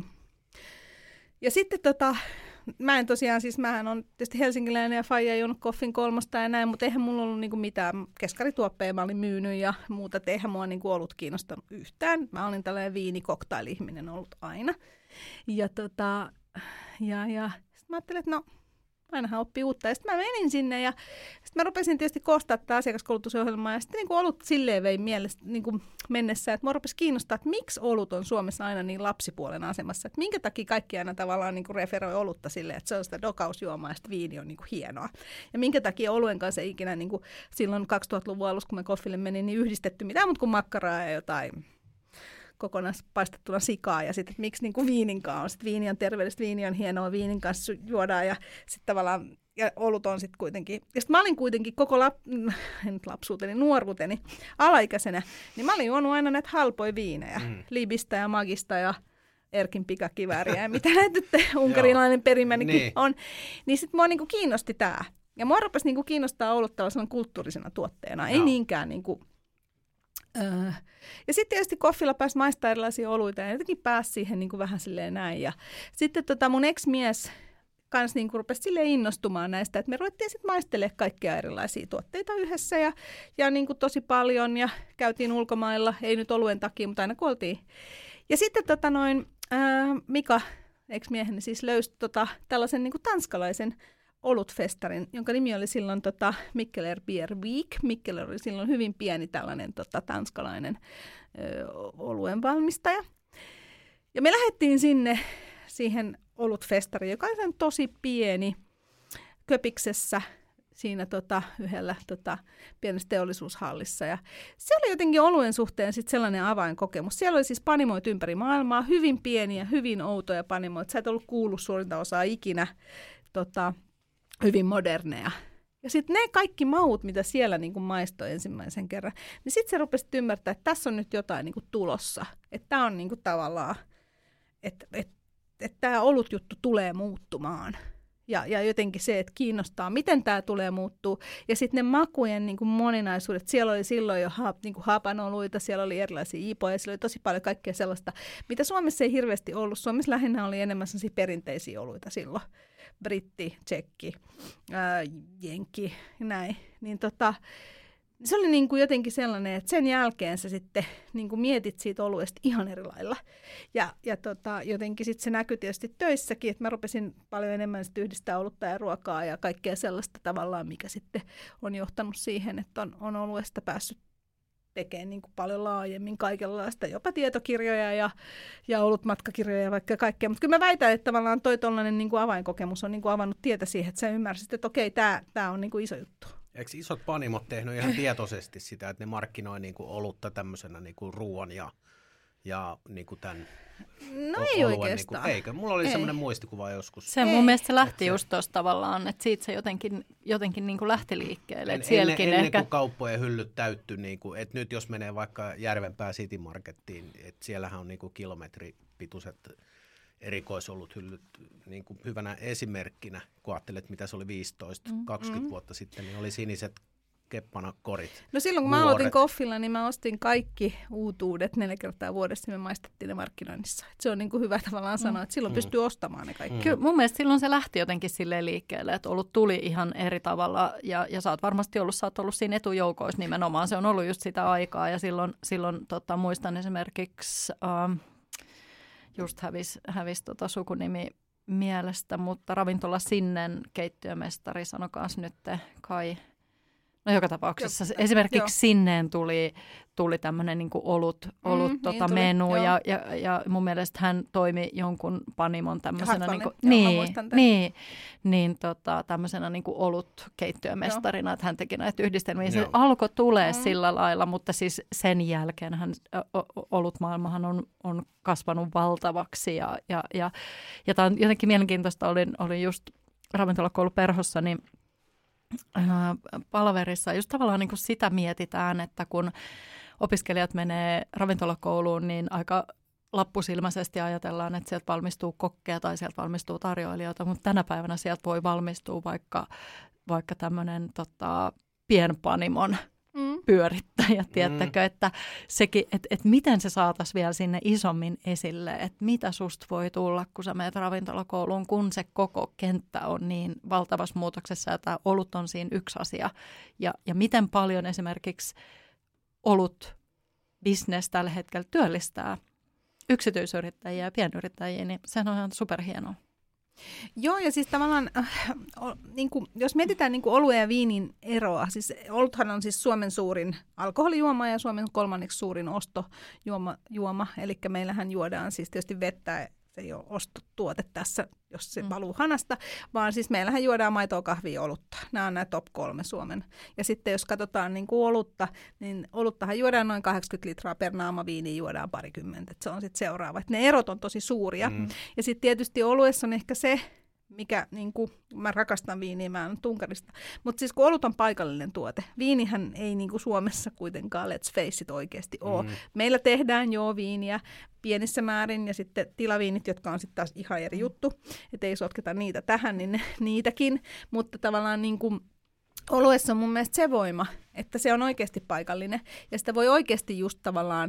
Ja sitten tota, mä en tosiaan, siis mähän on tietysti helsinkiläinen ja faija juonut koffin kolmosta ja näin, mutta eihän mulla ollut niinku mitään keskarituoppeja, mä olin myynyt ja muuta, että eihän mua niinku ollut kiinnostanut yhtään. Mä olin tällainen viinikoktaili-ihminen ollut aina. Ja tota, ja, ja sitten mä ajattelin, että no, ainahan oppii uutta. Ja sitten mä menin sinne ja sitten mä rupesin tietysti koostaa tätä asiakaskoulutusohjelmaa ja sitten niin kuin olut silleen vein mielessä niin kuin mennessä, että mä rupesin kiinnostaa, että miksi olut on Suomessa aina niin lapsipuolen asemassa, että minkä takia kaikki aina tavallaan niin kuin referoi olutta silleen, että se on sitä dokausjuomaa ja sitten viini on niin kuin hienoa. Ja minkä takia oluen kanssa ei ikinä niin kuin silloin kaksituhattaluvun alussa, kun mä koffille menin, niin yhdistetty mitään muuta kuin makkaraa ja jotain kokonaan paistettuna sikaa ja sitten, että miksi niin kuin viininkaan on. Sitten viini on terveellistä, viini on hienoa, viinin kanssa juodaan ja sitten tavallaan, ja olut on sitten kuitenkin. Ja sitten mä olin kuitenkin koko lap, nyt lapsuuteni, nuoruuteni, alaikäisenä, niin mä olin juonut aina näitä halpoja viinejä, mm. Libistä ja Magista ja Erkin pikakivääriä ja mitä näitä unkarilainen perimänikin niin on. Niin sitten mua niinku kiinnosti tämä. Ja mua rupesi niinku kiinnostaa olut tällaisena kulttuurisena tuotteena, ei niinkään niinku. Öö. Ja sitten tietysti koffilla pääsi maistaa erilaisia oluita ja jotenkin pääsi siihen niin kuin vähän silleen näin. Ja sitten tota mun ex-mies kanssa niin kuin rupesi silleen innostumaan näistä, että me ruvettiin sitten maistelemaan kaikkia erilaisia tuotteita yhdessä ja, ja niin kuin tosi paljon ja käytiin ulkomailla, ei nyt oluen takia, mutta aina kun oltiin. Ja sitten tota noin, ää, Mika, ex-mieheni siis löysi tota, tällaisen niin kuin tanskalaisen olutfestarin, jonka nimi oli silloin tota, Mikkeler Beer Week. Mikkeler oli silloin hyvin pieni tällainen tota, tanskalainen ö, oluen valmistaja. Ja me lähdettiin sinne siihen olutfestariin, joka on tosi pieni Köpiksessä siinä tota, yhdellä tota, pienessä teollisuushallissa. Ja se oli jotenkin oluen suhteen sit sellainen avainkokemus. Siellä oli siis panimoit ympäri maailmaa, hyvin pieniä, hyvin outoja panimoita. Sä et ollut kuullut suurinta osaa ikinä. Tota, hyvin moderneja. Ja sitten ne kaikki maut, mitä siellä niin kuin maistoi ensimmäisen kerran, niin sitten se rupesi ymmärtää, että tässä on nyt jotain niin kuin tulossa. Että tämä on niin kuin tavallaan, että et, et tämä olut juttu tulee muuttumaan. Ja, ja jotenkin se, että kiinnostaa, miten tämä tulee muuttuu. Ja sitten ne makujen niin kuin moninaisuudet. Siellä oli silloin jo ha, niin kuin hapanoluita, siellä oli erilaisia iipoja, siellä oli tosi paljon kaikkea sellaista, mitä Suomessa ei hirveästi ollut. Suomessa lähinnä oli enemmän sellaisia perinteisiä oluita silloin. Britti, tsekki, ää, jenkki ja näin. Niin tota, se oli niin kuin jotenkin sellainen, että sen jälkeen sä sitten niin kuin mietit siitä oluesta ihan eri lailla. Ja, ja tota, jotenkin sitten se näkyi tietysti töissäkin, että mä rupesin paljon enemmän sitten yhdistää olutta ja ruokaa ja kaikkea sellaista tavallaan, mikä sitten on johtanut siihen, että on, on oluesta päässyt tekemään niin kuin paljon laajemmin kaikenlaista, jopa tietokirjoja ja, ja olutmatkakirjoja ja vaikka kaikkea. Mutta kyllä mä väitän, että tavallaan toi tollainen niin kuin avainkokemus on niin kuin avannut tietä siihen, että sä ymmärsit, että okei, tämä on niin kuin iso juttu. Eikö isot panimot tehnyt ihan tietoisesti sitä, että ne markkinoi niin kuin olutta tämmöisenä niin kuin ruoan ja, ja niin kuin tämän No ei oluen, oikeastaan. Niin kuin, eikö? Mulla oli ei. semmoinen muistikuva joskus. Se mun mielestä se lähti se... just tuossa tavallaan, että siitä se jotenkin, jotenkin niin kuin lähti liikkeelle. En, ennen, ennen ehkä... kuin kauppojen hyllyt täyttyi, niin kuin, että nyt jos menee vaikka Järvenpää City Markettiin, että siellähän on niin kuin kilometripituiset erikoisolut hyllyt niin kuin hyvänä esimerkkinä, kun ajattelet, mitä se oli viisitoista kaksikymmentä mm-hmm. vuotta sitten, niin oli siniset keppanakorit. No silloin kun nuoret. Mä aloitin koffilla, niin mä ostin kaikki uutuudet neljä kertaa vuodessa, me maistettiin ne markkinoinnissa. Et se on niin kuin hyvä tavallaan sanoa, että silloin mm. pystyy ostamaan ne kaikki. Mm. Kyllä mun mielestä silloin se lähti jotenkin silleen liikkeelle, että olut tuli ihan eri tavalla ja, ja sä oot varmasti ollut, sä oot ollut siinä etujoukoissa nimenomaan. Se on ollut just sitä aikaa ja silloin, silloin tota, muistan esimerkiksi, ähm, just hävisi hävis, tota, sukunimi mielestä, mutta ravintola Sinnen keittiömestari sanoi kanssa nyt Kai No joka tapauksessa. Jo, Esimerkiksi jo. Sinneen tuli, tuli tämmöinen niin kuin olut, olut Mm, tota, niin tuli, menu joo. ja, ja, ja mun mielestä hän toimi jonkun panimon tämmöisenä, niin, kuin, joo, mä niin, muistan tämän. niin, niin tota, tämmöisenä niin kuin olutkeittiömestarina, että hän teki näitä yhdistelmiä. Se Joo. alkoi tulee Mm. sillä lailla, mutta siis sen jälkeen hän, olutmaailmahan on, on kasvanut valtavaksi ja, ja, ja, ja tämä on jotenkin mielenkiintoista, olin, olin just ravintolakoulu Perhossa, niin palaverissa just tavallaan niin kuin sitä mietitään, että kun opiskelijat menee ravintolakouluun, niin aika lappusilmäisesti ajatellaan, että sieltä valmistuu kokkeja tai sieltä valmistuu tarjoilijoita, mutta tänä päivänä sieltä voi valmistua vaikka, vaikka tämmöinen tota, pienpanimon Mm. pyörittäjä, tiedättekö, mm. että sekin, että, että miten se saataisiin vielä sinne isommin esille, että mitä susta voi tulla, kun sä menet ravintolakouluun, kun se koko kenttä on niin valtavassa muutoksessa, ja tämä olut on siinä yksi asia, ja, ja miten paljon esimerkiksi olut business tällä hetkellä työllistää yksityisyrittäjiä ja pienyrittäjiä, niin sehän on ihan superhienoa. Joo, ja siis tavallaan, äh, niin kuin, jos mietitään niin kuin oluen ja viinin eroa, siis oluthan on siis Suomen suurin alkoholijuoma ja Suomen kolmanneksi suurin ostojuoma, juoma, eli meillähän juodaan siis tietysti vettä, se ei ole ostotuote tässä, jos se mm. valuu hanasta, vaan siis meillähän juodaan maitoa, kahvia ja olutta. Nämä on nämä top kolme Suomen. Ja sitten jos katsotaan niin kuin olutta, niin oluttahan juodaan noin kahdeksankymmentä litraa per naama, viiniä juodaan parikymmentä. Se on sitten seuraava. Et ne erot on tosi suuria. Mm. Ja sitten tietysti oluessa on ehkä se, mikä, niin kuin, mä rakastan viiniä, mä en tunkarista, mutta siis kun olut on paikallinen tuote, viinihän ei niin kuin Suomessa kuitenkaan, let's face it, oikeasti ole. Mm. Meillä tehdään jo viiniä pienissä määrin ja sitten tilaviinit, jotka on sitten taas ihan eri juttu, että ei sotketa niitä tähän, niin niitäkin, mutta tavallaan niin kuin oluessa on mun mielestä se voima, että se on oikeasti paikallinen ja sitä voi oikeasti just tavallaan,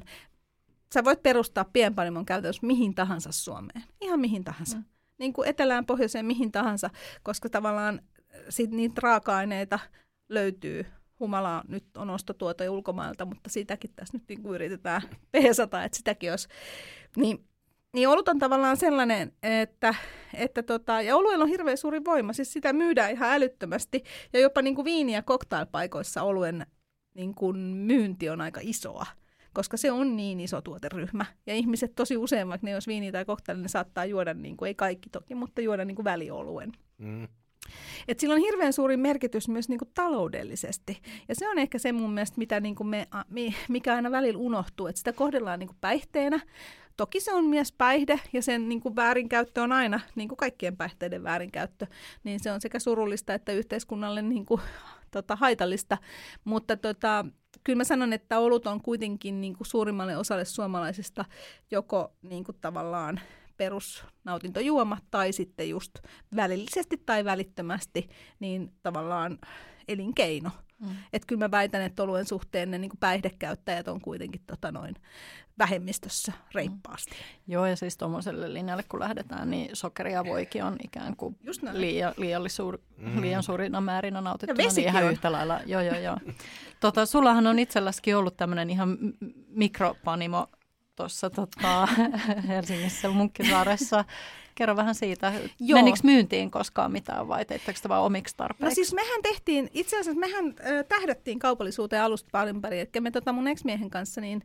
sä voit perustaa pienpanimon käytännössä mihin tahansa Suomeen, ihan mihin tahansa. Mm. Niin kuin etelään, pohjoiseen, mihin tahansa, koska tavallaan sit niitä raaka-aineita löytyy. Humala nyt on ostotuote ulkomailta, mutta sitäkin tässä nyt niin kuin yritetään peesata, että sitäkin olisi. Niin, niin olut on tavallaan sellainen, että, että tota, ja oluella on hirveän suuri voima, siis sitä myydään ihan älyttömästi. Ja jopa niin kuin viini- ja cocktailpaikoissa oluen niin kuin myynti on aika isoa. Koska se on niin iso tuoteryhmä. Ja ihmiset tosi usein, vaikka ne jos viini tai koktaili, ne saattaa juoda, niin kuin, ei kaikki toki, mutta juoda niin kuin välioluen. Mm. Et sillä on hirveän suuri merkitys myös niin kuin taloudellisesti. Ja se on ehkä se mun mielestä, mitä niin kuin me, mikä aina välillä unohtuu, että sitä kohdellaan niin kuin päihteenä. Toki se on myös päihde ja sen niin kuin väärinkäyttö on aina, niin kuin kaikkien päihteiden väärinkäyttö, niin se on sekä surullista että yhteiskunnalle niin kuin, tota, haitallista. Mutta tota, kyllä mä sanon, että olut on kuitenkin niin kuin suurimmalle osalle suomalaisista joko niin kuin tavallaan perusnautintojuoma tai sitten just välillisesti tai välittömästi niin tavallaan elinkeino. Mm. Että kyllä mä väitän, että oluen suhteen ne niin kuin päihdekäyttäjät on kuitenkin tota noin vähemmistössä reippaasti. Mm. Joo, ja siis tuommoiselle linjalle kun lähdetään, niin sokeri ja voikin on ikään kuin liian, liian, suur, mm. liian suurina määrinä nautittuna. Niin ihan on yhtä lailla. Joo, joo, joo. tota, sullahan on itselläskin ollut tämmöinen ihan mikropanimo tuossa tota, Helsingissä Munkkisaaressa. Kerro vähän siitä. Joo. Menikö myyntiin koskaan mitään vai teittekö sitä vaan omiksi tarpeiksi? No siis mehän tehtiin, itse asiassa mehän äh, tähdättiin kaupallisuuteen alusta paljon pari. Eli me tota, mun ex-miehen kanssa, niin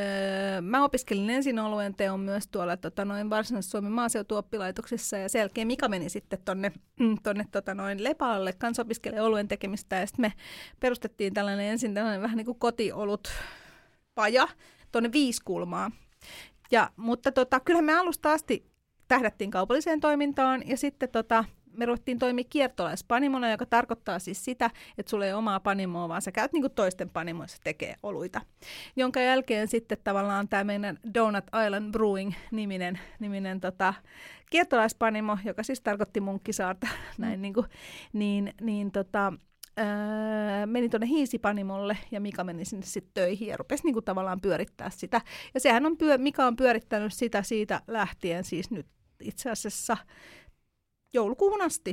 äh, mä opiskelin ensin oluen teon myös tuolla tota, noin Varsinais-Suomen maaseutuoppilaitoksessa ja sen jälkeen Mika meni sitten tonne, tonne tota, noin Lepaalle kanssa opiskelemaan oluen tekemistä ja sitten me perustettiin tällainen ensin tällainen vähän niin kuin kotiolut paja tuonne Viiskulmaan. Ja, mutta tota, kyllähän me alusta asti tähdättiin kaupalliseen toimintaan ja sitten tota, me ruvettiin toimia kiertolaispanimona, joka tarkoittaa siis sitä, että sulla ei ole omaa panimoa, vaan sä käyt niin kuin toisten panimoissa tekee oluita. Jonka jälkeen sitten tavallaan tämä meidän Donut Island Brewing-niminen niminen, tota, kiertolaispanimo, joka siis tarkoitti Munkkisaarta, näin, niin, kuin, niin, niin tota, Öö, meni tuonne Hiisipanimolle ja Mika meni sinne sitten töihin ja rupesi niinku tavallaan pyörittää sitä. Ja sehän on, pyö- Mika on pyörittänyt sitä siitä lähtien siis nyt itse asiassa joulukuuhun asti.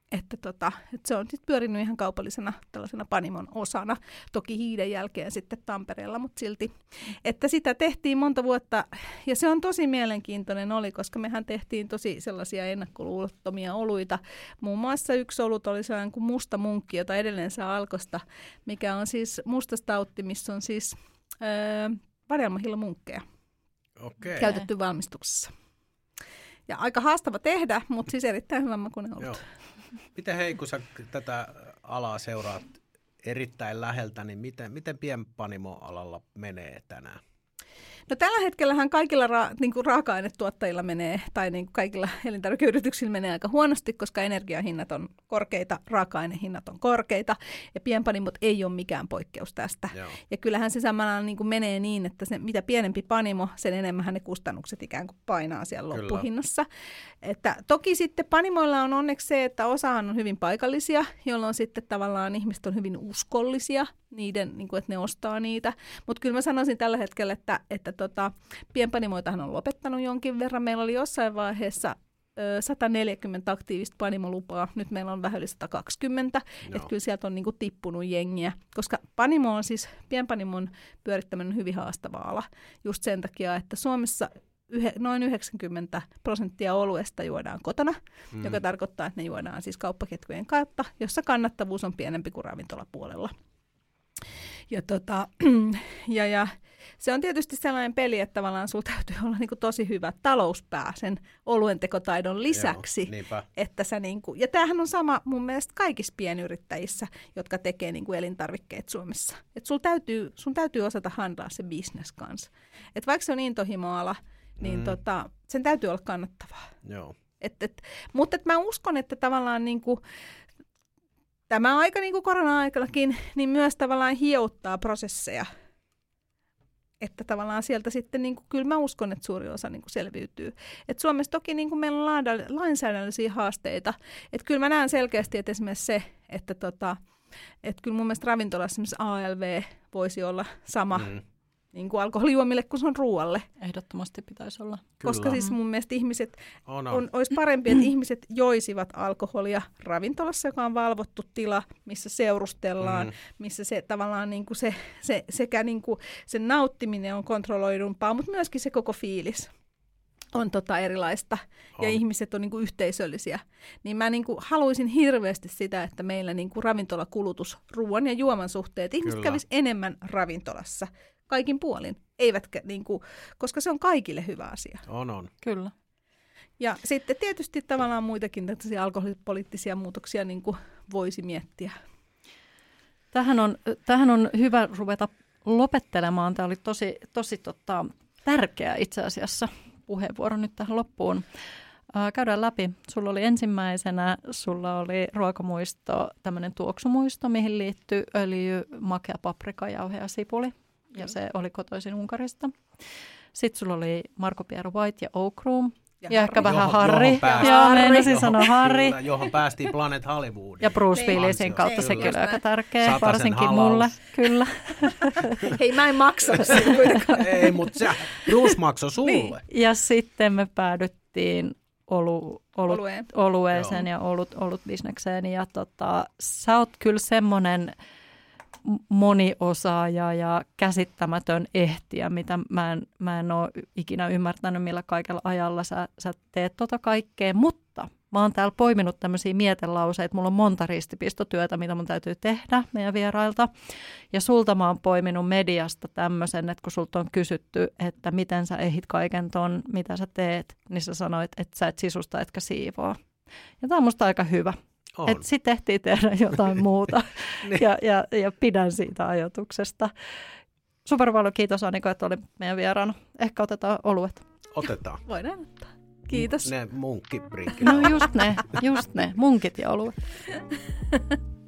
Että, tota, että se on sitten pyörinyt ihan kaupallisena tällaisena Panimon osana, toki hiiden jälkeen sitten Tampereella, mutta silti. Että sitä tehtiin monta vuotta ja se on tosi mielenkiintoinen oli, koska mehän tehtiin tosi sellaisia ennakkoluulottomia oluita. Muun muassa yksi olut oli sellainen kuin musta munkki, jota edelleen saa Alkosta, mikä on siis musta stautti, missä on siis öö, vadelmahillomunkkeja Okei. käytetty valmistuksessa. Ja aika haastava tehdä, mutta siis erittäin hyvä makuinen olut. Joo. Miten hei, kun sä tätä alaa seuraat erittäin läheltä, niin miten, miten pienpanimoalalla menee tänään? No tällä hetkellähän kaikilla ra- niin kuin raaka-ainetuottajilla menee, tai niin kuin kaikilla elintarvikeyrityksillä menee aika huonosti, koska energiahinnat on korkeita, raaka-ainehinnat on korkeita, ja pienpanimot ei ole mikään poikkeus tästä. Joo. Ja kyllähän se samalla niin kuin menee niin, että se, mitä pienempi panimo, sen enemmän ne kustannukset ikään kuin painaa siellä Kyllä. loppuhinnassa. Että toki sitten panimoilla on onneksi se, että osahan on hyvin paikallisia, jolloin sitten tavallaan ihmiset on hyvin uskollisia, niiden, niin kuin, että ne ostaa niitä. Mutta kyllä mä sanoisin tällä hetkellä, että, että tota, pienpanimoitahan on lopettanut jonkin verran. Meillä oli jossain vaiheessa ö, sata neljäkymmentä aktiivista panimolupaa. Nyt meillä on vähän yli sata kaksikymmentä. No. Että kyllä sieltä on niin kuin tippunut jengiä. Koska panimo on siis, pienpanimon pyörittäminen hyvin haastava ala. Just sen takia, että Suomessa yhe, noin yhdeksänkymmentä prosenttia oluesta juodaan kotona, mm. joka tarkoittaa, että ne juodaan siis kauppaketjujen kautta, jossa kannattavuus on pienempi kuin ravintolapuolella. Ja, tota, ja, ja se on tietysti sellainen peli, että tavallaan sulla täytyy olla niinku tosi hyvä talouspää sen oluentekotaidon lisäksi. Joo, että sä niinku, ja tämähän on sama mun mielestä kaikissa pienyrittäjissä, jotka tekee niinku elintarvikkeet Suomessa. Että sun täytyy, sun täytyy osata handlaa se business kanssa. Että vaikka se on intohimoala, niin mm. tota, sen täytyy olla kannattavaa. Joo. Et, et, mutta et mä uskon, että tavallaan niinku, tämä aika niin kuin korona-aikallakin, niin myös tavallaan hiottaa prosesseja. Että tavallaan sieltä sitten, niin kuin, kyllä mä uskon, että suuri osa niin kuin selviytyy. Et Suomessa toki niin kuin meillä on lainsäädännöllisiä haasteita. Että kyllä mä näen selkeästi, että esimerkiksi se, että tota, että kyllä mun mielestä ravintolassa esimerkiksi A L V voisi olla sama mm. niin kuin alkoholijuomille kuin se on ruoalle. Ehdottomasti pitäisi olla. Koska Kyllä. siis mun mielestä ihmiset, on, on. On, olisi parempi, että ihmiset joisivat alkoholia ravintolassa, joka on valvottu tila, missä seurustellaan, mm. missä se tavallaan niin kuin se, se, sekä niin kuin sen nauttiminen on kontrolloidumpaa, mutta myöskin se koko fiilis on tota erilaista on. Ja ihmiset on niin kuin yhteisöllisiä. Niin mä niin kuin haluaisin hirveästi sitä, että meillä niin kuin ravintolakulutus, ruoan ja juoman suhteet, ihmiset kävis enemmän ravintolassa. Kaikin puolin, eivätkä, niin kuin, koska se on kaikille hyvä asia. On, on. Kyllä. Ja sitten tietysti tavallaan muitakin tällaisia alkoholipoliittisia muutoksia niin kuin voisi miettiä. Tähän on, tähän on hyvä ruveta lopettelemaan. Tämä oli tosi, tosi tota, tärkeä itse asiassa puheenvuoro nyt tähän loppuun. Ää, käydään läpi. Sulla oli ensimmäisenä, sulla oli ruokamuisto, tämmöinen tuoksumuisto, mihin liittyy öljy, makea paprika, jauhe ja sipuli. Ja se oli kotoisin Unkarista. Sitten sulla oli Marco Pierre White ja Oak Room. Ja, ja ehkä vähän Harry. Joo, meinasin sanoa Harry. Kyllä, johon päästiin Planet Hollywoodiin. Ja Bruce Willisin kautta sekin oli aika tärkeä, Satasen varsinkin halaus. mulle. Kyllä. Hei, mä en maksa siitä kuitenkaan. Ei, mutta se Bruce maksoi sulle. Niin. Ja sitten me päädyttiin olu, olut, Olueen. olueeseen Joo. ja olut, olutbisnekseen. Ja tota, sä oot kyllä semmoinen moniosaaja ja käsittämätön ehtiä, mitä mä en, mä en ole ikinä ymmärtänyt, millä kaikella ajalla sä, sä teet tota kaikkea. Mutta mä oon täällä poiminut tämmöisiä mietelauseita. Mulla on monta ristipistotyötä, mitä mun täytyy tehdä meidän vierailta. Ja sulta mä oon poiminut mediasta tämmöisen, että kun sulta on kysytty, että miten sä ehit kaiken ton, mitä sä teet, niin sä sanoit, että sä et sisusta etkä siivoa. Ja tää on musta aika hyvä. Että sitten tehtiin tehdä jotain muuta niin. ja, ja, ja pidän siitä ajatuksesta. Super paljon kiitos Annika, että oli meidän vieraana. Ehkä otetaan oluet. Otetaan. Voidaan ottaa. Kiitos. Ne munkkibrinkit. No just ne, just ne, munkit ja oluet.